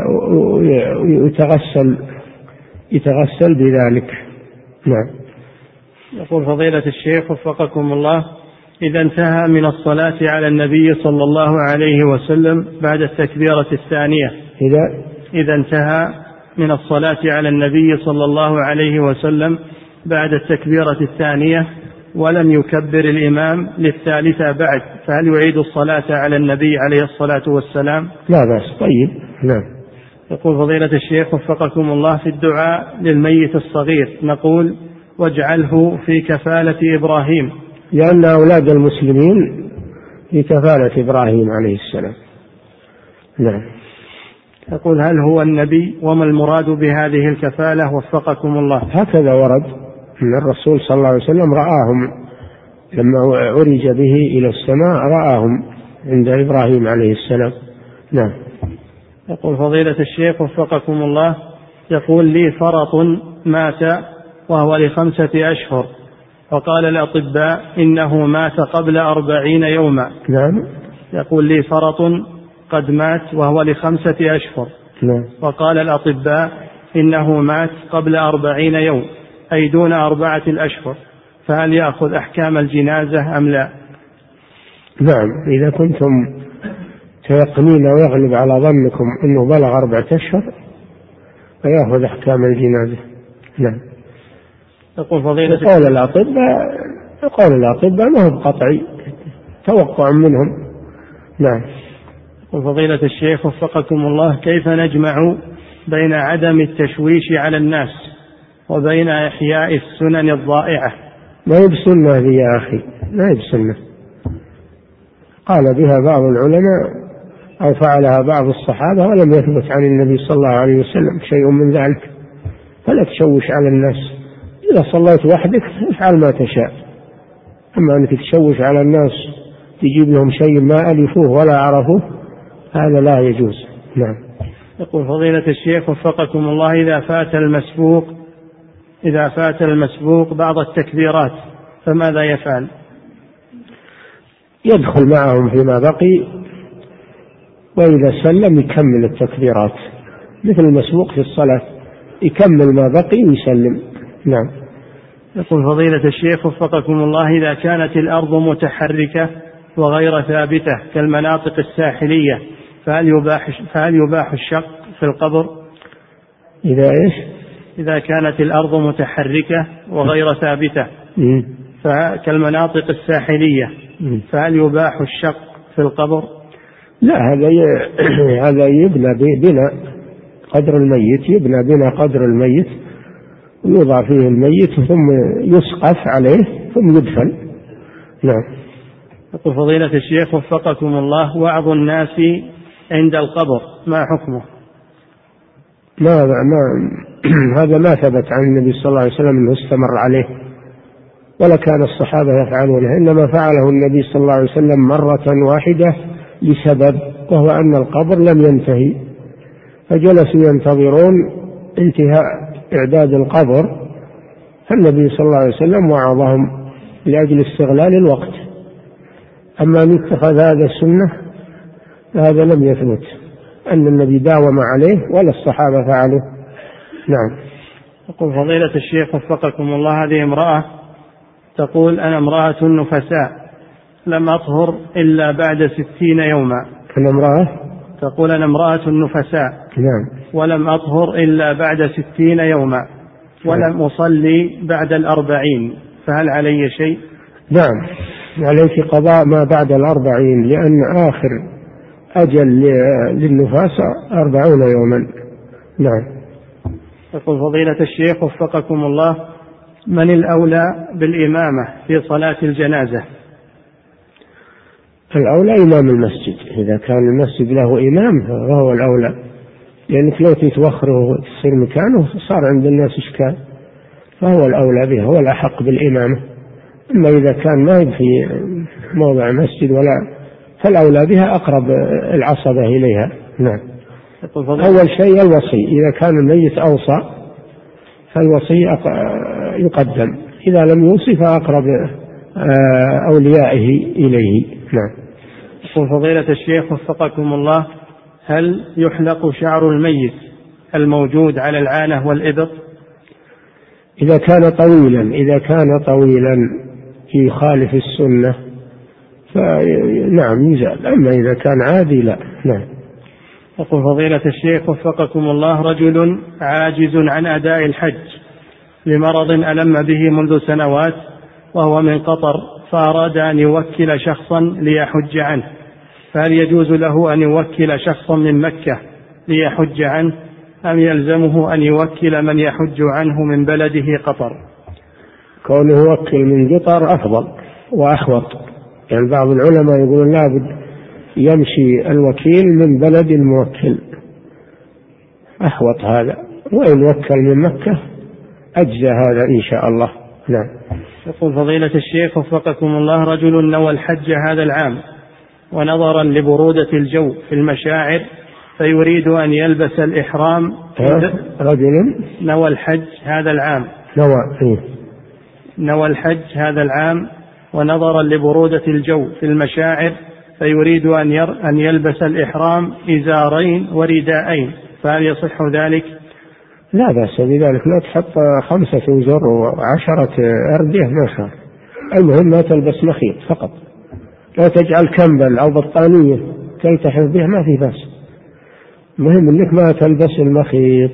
Speaker 2: يتغسل بذلك. نعم.
Speaker 1: يقول فضيلة الشيخ وفقكم الله: إذا انتهى من الصلاة على النبي صلى الله عليه وسلم بعد التكبيرة الثانية، إذا انتهى من الصلاة على النبي صلى الله عليه وسلم بعد التكبيرة الثانية ولم يكبر الإمام للثالثة بعد، فهل يعيد الصلاة على النبي عليه الصلاة والسلام؟
Speaker 2: لا بأس. طيب. نعم.
Speaker 1: يقول فضيلة الشيخ وفقكم الله: في الدعاء للميت الصغير نقول واجعله في كفالة إبراهيم،
Speaker 2: لأن أولاد المسلمين في كفالة إبراهيم عليه السلام. نعم.
Speaker 1: يقول هل هو النبي وما المراد بهذه الكفالة وفقكم الله؟
Speaker 2: هكذا ورد أن الرسول صلى الله عليه وسلم رآهم لما عرج به إلى السماء، رآهم عند إبراهيم عليه السلام. نعم.
Speaker 1: يقول فضيلة الشيخ وفقكم الله، يقول لي فرط مات وهو ل5 أشهر، وقال الأطباء إنه مات قبل 40 يوما.
Speaker 2: نعم.
Speaker 1: يقول لي فرط قد مات وهو ل5 أشهر.
Speaker 2: نعم.
Speaker 1: وقال الأطباء إنه مات قبل 40 يوم، أي دون 4 أشهر، فهل يأخذ أحكام الجنازة أم لا؟
Speaker 2: نعم، إذا كنتم تيقنين ويغلب على ظنكم أنه بلغ 4 أشهر فيأخذ أحكام الجنازة. نعم.
Speaker 1: يقول فضيلة
Speaker 2: قول الأطباء ما هو قطعي، توقع منهم. نعم.
Speaker 1: يقول فضيلة الشيخ وفقكم الله، كيف نجمع بين عدم التشويش على الناس وبين إحياء السنن الضائعة؟
Speaker 2: ما هي بسنة هذه يا أخي، ما هي بسنة. قال بها بعض العلماء أو فعلها بعض الصحابة ولم يثبت عن النبي صلى الله عليه وسلم شيء من ذلك، فلا تشوش على الناس. إذا صليت وحدك افعل ما تشاء، أما أنك تشوش على الناس تجيب لهم شيء ما ألفوه ولا عرفوه، هذا لا يجوز. نعم.
Speaker 1: يقول فضيلة الشيخ وفقكم الله، إذا فات المسبوق بعض التكبيرات فماذا يفعل؟
Speaker 2: يدخل معهم فيما بقي، وإذا سلم يكمل التكبيرات مثل المسبوق في الصلاة، يكمل ما بقي ويسلم. نعم.
Speaker 1: يقول فضيلة الشيخ وفقكم الله، إذا كانت الأرض متحركة وغير ثابتة كالمناطق الساحلية فهل يباح الشق في القبر؟ إذا كانت الأرض متحركة وغير ثابتة كالمناطق الساحلية فهل يباح الشق في القبر؟
Speaker 2: لا، هذا يبنى بنا قدر الميت، يبنى بنا قدر الميت ويوضع فيه الميت ثم يسقف عليه ثم يدفن. نعم.
Speaker 1: يقول فضيلة الشيخ وفقكم الله، وعظ الناس عند القبر ما حكمه؟
Speaker 2: هذا ما ثبت عن النبي صلى الله عليه وسلم أنه استمر عليه، ولا كان الصحابة يفعلونه، إنما فعله النبي صلى الله عليه وسلم مرة واحدة لسبب، وهو أن القبر لم ينتهي، فجلسوا ينتظرون انتهاء إعداد القبر، فالنبي صلى الله عليه وسلم وعظهم لأجل استغلال الوقت. أما أن يتخذ هذا السنة هذا لم يثبت أن النبي داوم عليه ولا الصحابة فعلوا. نعم.
Speaker 1: يقول فضيلة الشيخ وفقكم الله، هذه امرأة تقول أنا امرأة نفساء لم أطهر إلا بعد 60 يوما. تقول أنا امرأة نفساء.
Speaker 2: نعم.
Speaker 1: ولم أطهر إلا بعد 60 يوما ولم أصلي بعد 40، فهل علي شيء؟
Speaker 2: نعم، عليك قضاء ما بعد 40، لأن آخر أجل للنفاس 40 يوما. نعم.
Speaker 1: يقول فضيلة الشيخ وفقكم الله، من الأولى بالإمامة في صلاة الجنازة؟
Speaker 2: الأولى إمام المسجد، إذا كان المسجد له إمام فهو الأولى، لأنك لو تتوخره وتصير مكانه صار عند الناس إشكال، فهو الأولى به، هو الأحق بالإمامة. أما إذا كان ما في موضع مسجد ولا، فالأولى بها أقرب العصبة إليها. نعم. أول شيء الوصي، إذا كان الميت أوصى فالوصي يقدم، إذا لم يوصي فأقرب أوليائه إليه. نعم.
Speaker 1: يقول فضيلة الشيخ وفقكم الله، هل يحلق شعر الميت الموجود على العانة والإبط؟
Speaker 2: إذا كان طويلا يخالف السنة فنعم يزال، أما إذا كان عادي لا. نعم.
Speaker 1: يقول فضيلة الشيخ وفقكم الله، رجل عاجز عن أداء الحج لمرض ألم به منذ سنوات وهو من قطر، فأراد أن يوكل شخصا ليحج عنه، فهل يجوز له أن يوكل شخصا من مكة ليحج عنه أم يلزمه أن يوكل من يحج عنه من بلده قطر؟
Speaker 2: كونه يوكل من قطر أفضل وأحوط، يعني بعض العلماء يقولون لابد يمشي الوكيل من بلد الموكل، أحوط هذا، وإن وكل من مكة أجزى هذا إن شاء الله. نعم.
Speaker 1: يقول فضيلة الشيخ وفقكم الله: رجل نوى الحج هذا العام ونظرا لبرودة الجو في المشاعر فيريد أن يلبس الإحرام.
Speaker 2: رجل
Speaker 1: نوى الحج هذا العام نوى الحج هذا العام ونظرا لبرودة الجو في المشاعر فيريد أن يلبس الإحرام إزارين ورداءين، فهل يصح ذلك؟
Speaker 2: لا بأس بذلك، لا تحط 5 أزر و10 أردية ما شاء. المهم ما تلبس مخيط فقط، لا تجعل كمبل أو بطانية تلتحف بها، ما في بأس، المهم أنك ما تلبس المخيط.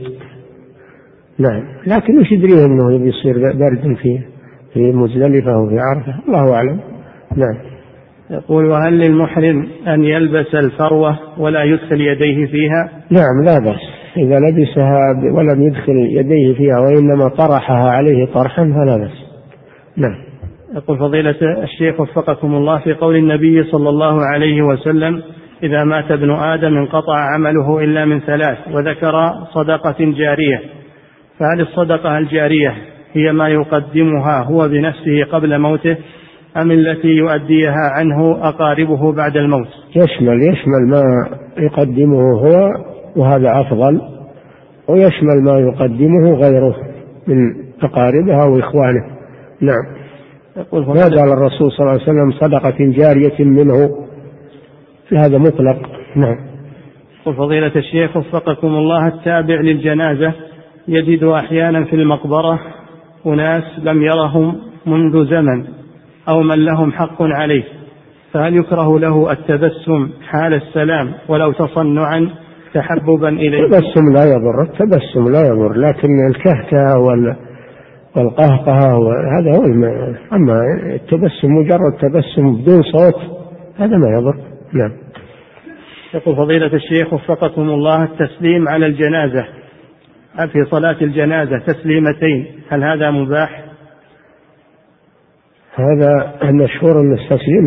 Speaker 2: نعم. لكن وش يدريه أنه يصير برد في مزدلفة وفي عرفة، الله أعلم. نعم.
Speaker 1: يقول: وهل للمحرم أن يلبس الفروة ولا يدخل يديه فيها؟
Speaker 2: نعم لا بأس، إذا لبسها ولم يدخل يديه فيها وإنما طرحها عليه طرحا فلا بأس. نعم.
Speaker 1: يقول فضيلة الشيخ وفقكم الله: في قول النبي صلى الله عليه وسلم: إذا مات ابن آدم انقطع عمله إلا من 3، وذكر صدقة جارية، فهل الصدقة الجارية هي ما يقدمها هو بنفسه قبل موته أم التي يؤديها عنه أقاربه بعد الموت؟
Speaker 2: يشمل ما يقدمه هو وهذا أفضل، ويشمل ما يقدمه غيره من أقاربها وإخوانه. نعم. ما قال الرسول صلى الله عليه وسلم صدقة جارية منه، هذا مطلق. نعم.
Speaker 1: يقول فضيلة الشيخ وفقكم الله: التابع للجنازة يجد أحيانا في المقبرة أناس لم يرهم منذ زمن أو من لهم حق عليه، فهل يكره له التبسم حال السلام ولو تصنعا تحببا إليه؟
Speaker 2: التبسم لا يضر، لكن الكهكة والقهقه هذا هو أما التبسم مجرد تبسم بدون صوت هذا ما يضر. نعم.
Speaker 1: يقول فضيلة الشيخ وفقكم الله: التسليم على الجنازة في صلاة الجنازة تسليمتين، هل هذا مباح؟
Speaker 2: هذا المشهور أن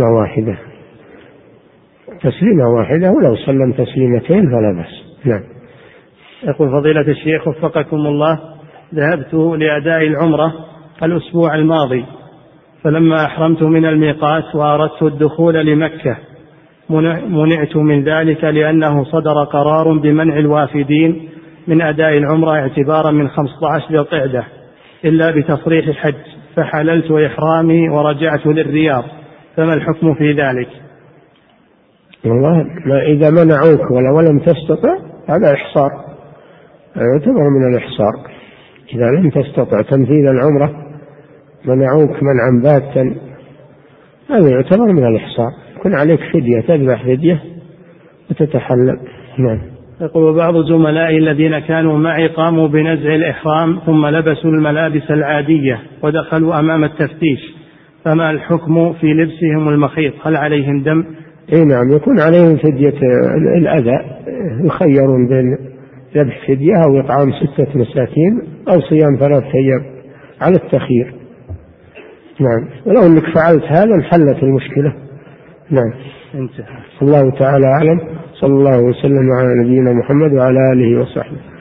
Speaker 2: تسليمة واحدة ولو سلم تسليمتين فلا بأس. نعم.
Speaker 1: يقول فضيلة الشيخ وفقكم الله: ذهبت لأداء العمرة الأسبوع الماضي، فلما أحرمت من الميقات وأردت الدخول لمكة منعت من ذلك لأنه صدر قرار بمنع الوافدين من أداء العمرة اعتبارا من 15 ذي القعدة إلا بتصريح حج، فحللت إحرامي ورجعت للرياض، فما الحكم في ذلك؟
Speaker 2: والله إذا منعوك ولم تستطع هذا إحصار، يعتبر من الإحصار. إذا لم تستطع تنفيذ العمرة منعوك منعا باتا هذا يعتبر من الإحصار، يكون عليك فدية، تذبح فدية وتتحلل. نعم.
Speaker 1: يقول: بعض زملائي الذين كانوا معي قاموا بنزع الإحرام ثم لبسوا الملابس العادية ودخلوا أمام التفتيش، فما الحكم في لبسهم المخيط؟ هل عليهم دم؟
Speaker 2: نعم، يكون عليهم فدية الأذى، يخيرون بين ذبح فدية أو إطعام 6 مساكين أو صيام 3 أيام على التخيير. نعم. ولو أنك فعلت هذا انحلت المشكلة. نعم.
Speaker 1: انتهى.
Speaker 2: الله تعالى أعلم. صلى الله وسلم على نبينا محمد وعلى آله وصحبه.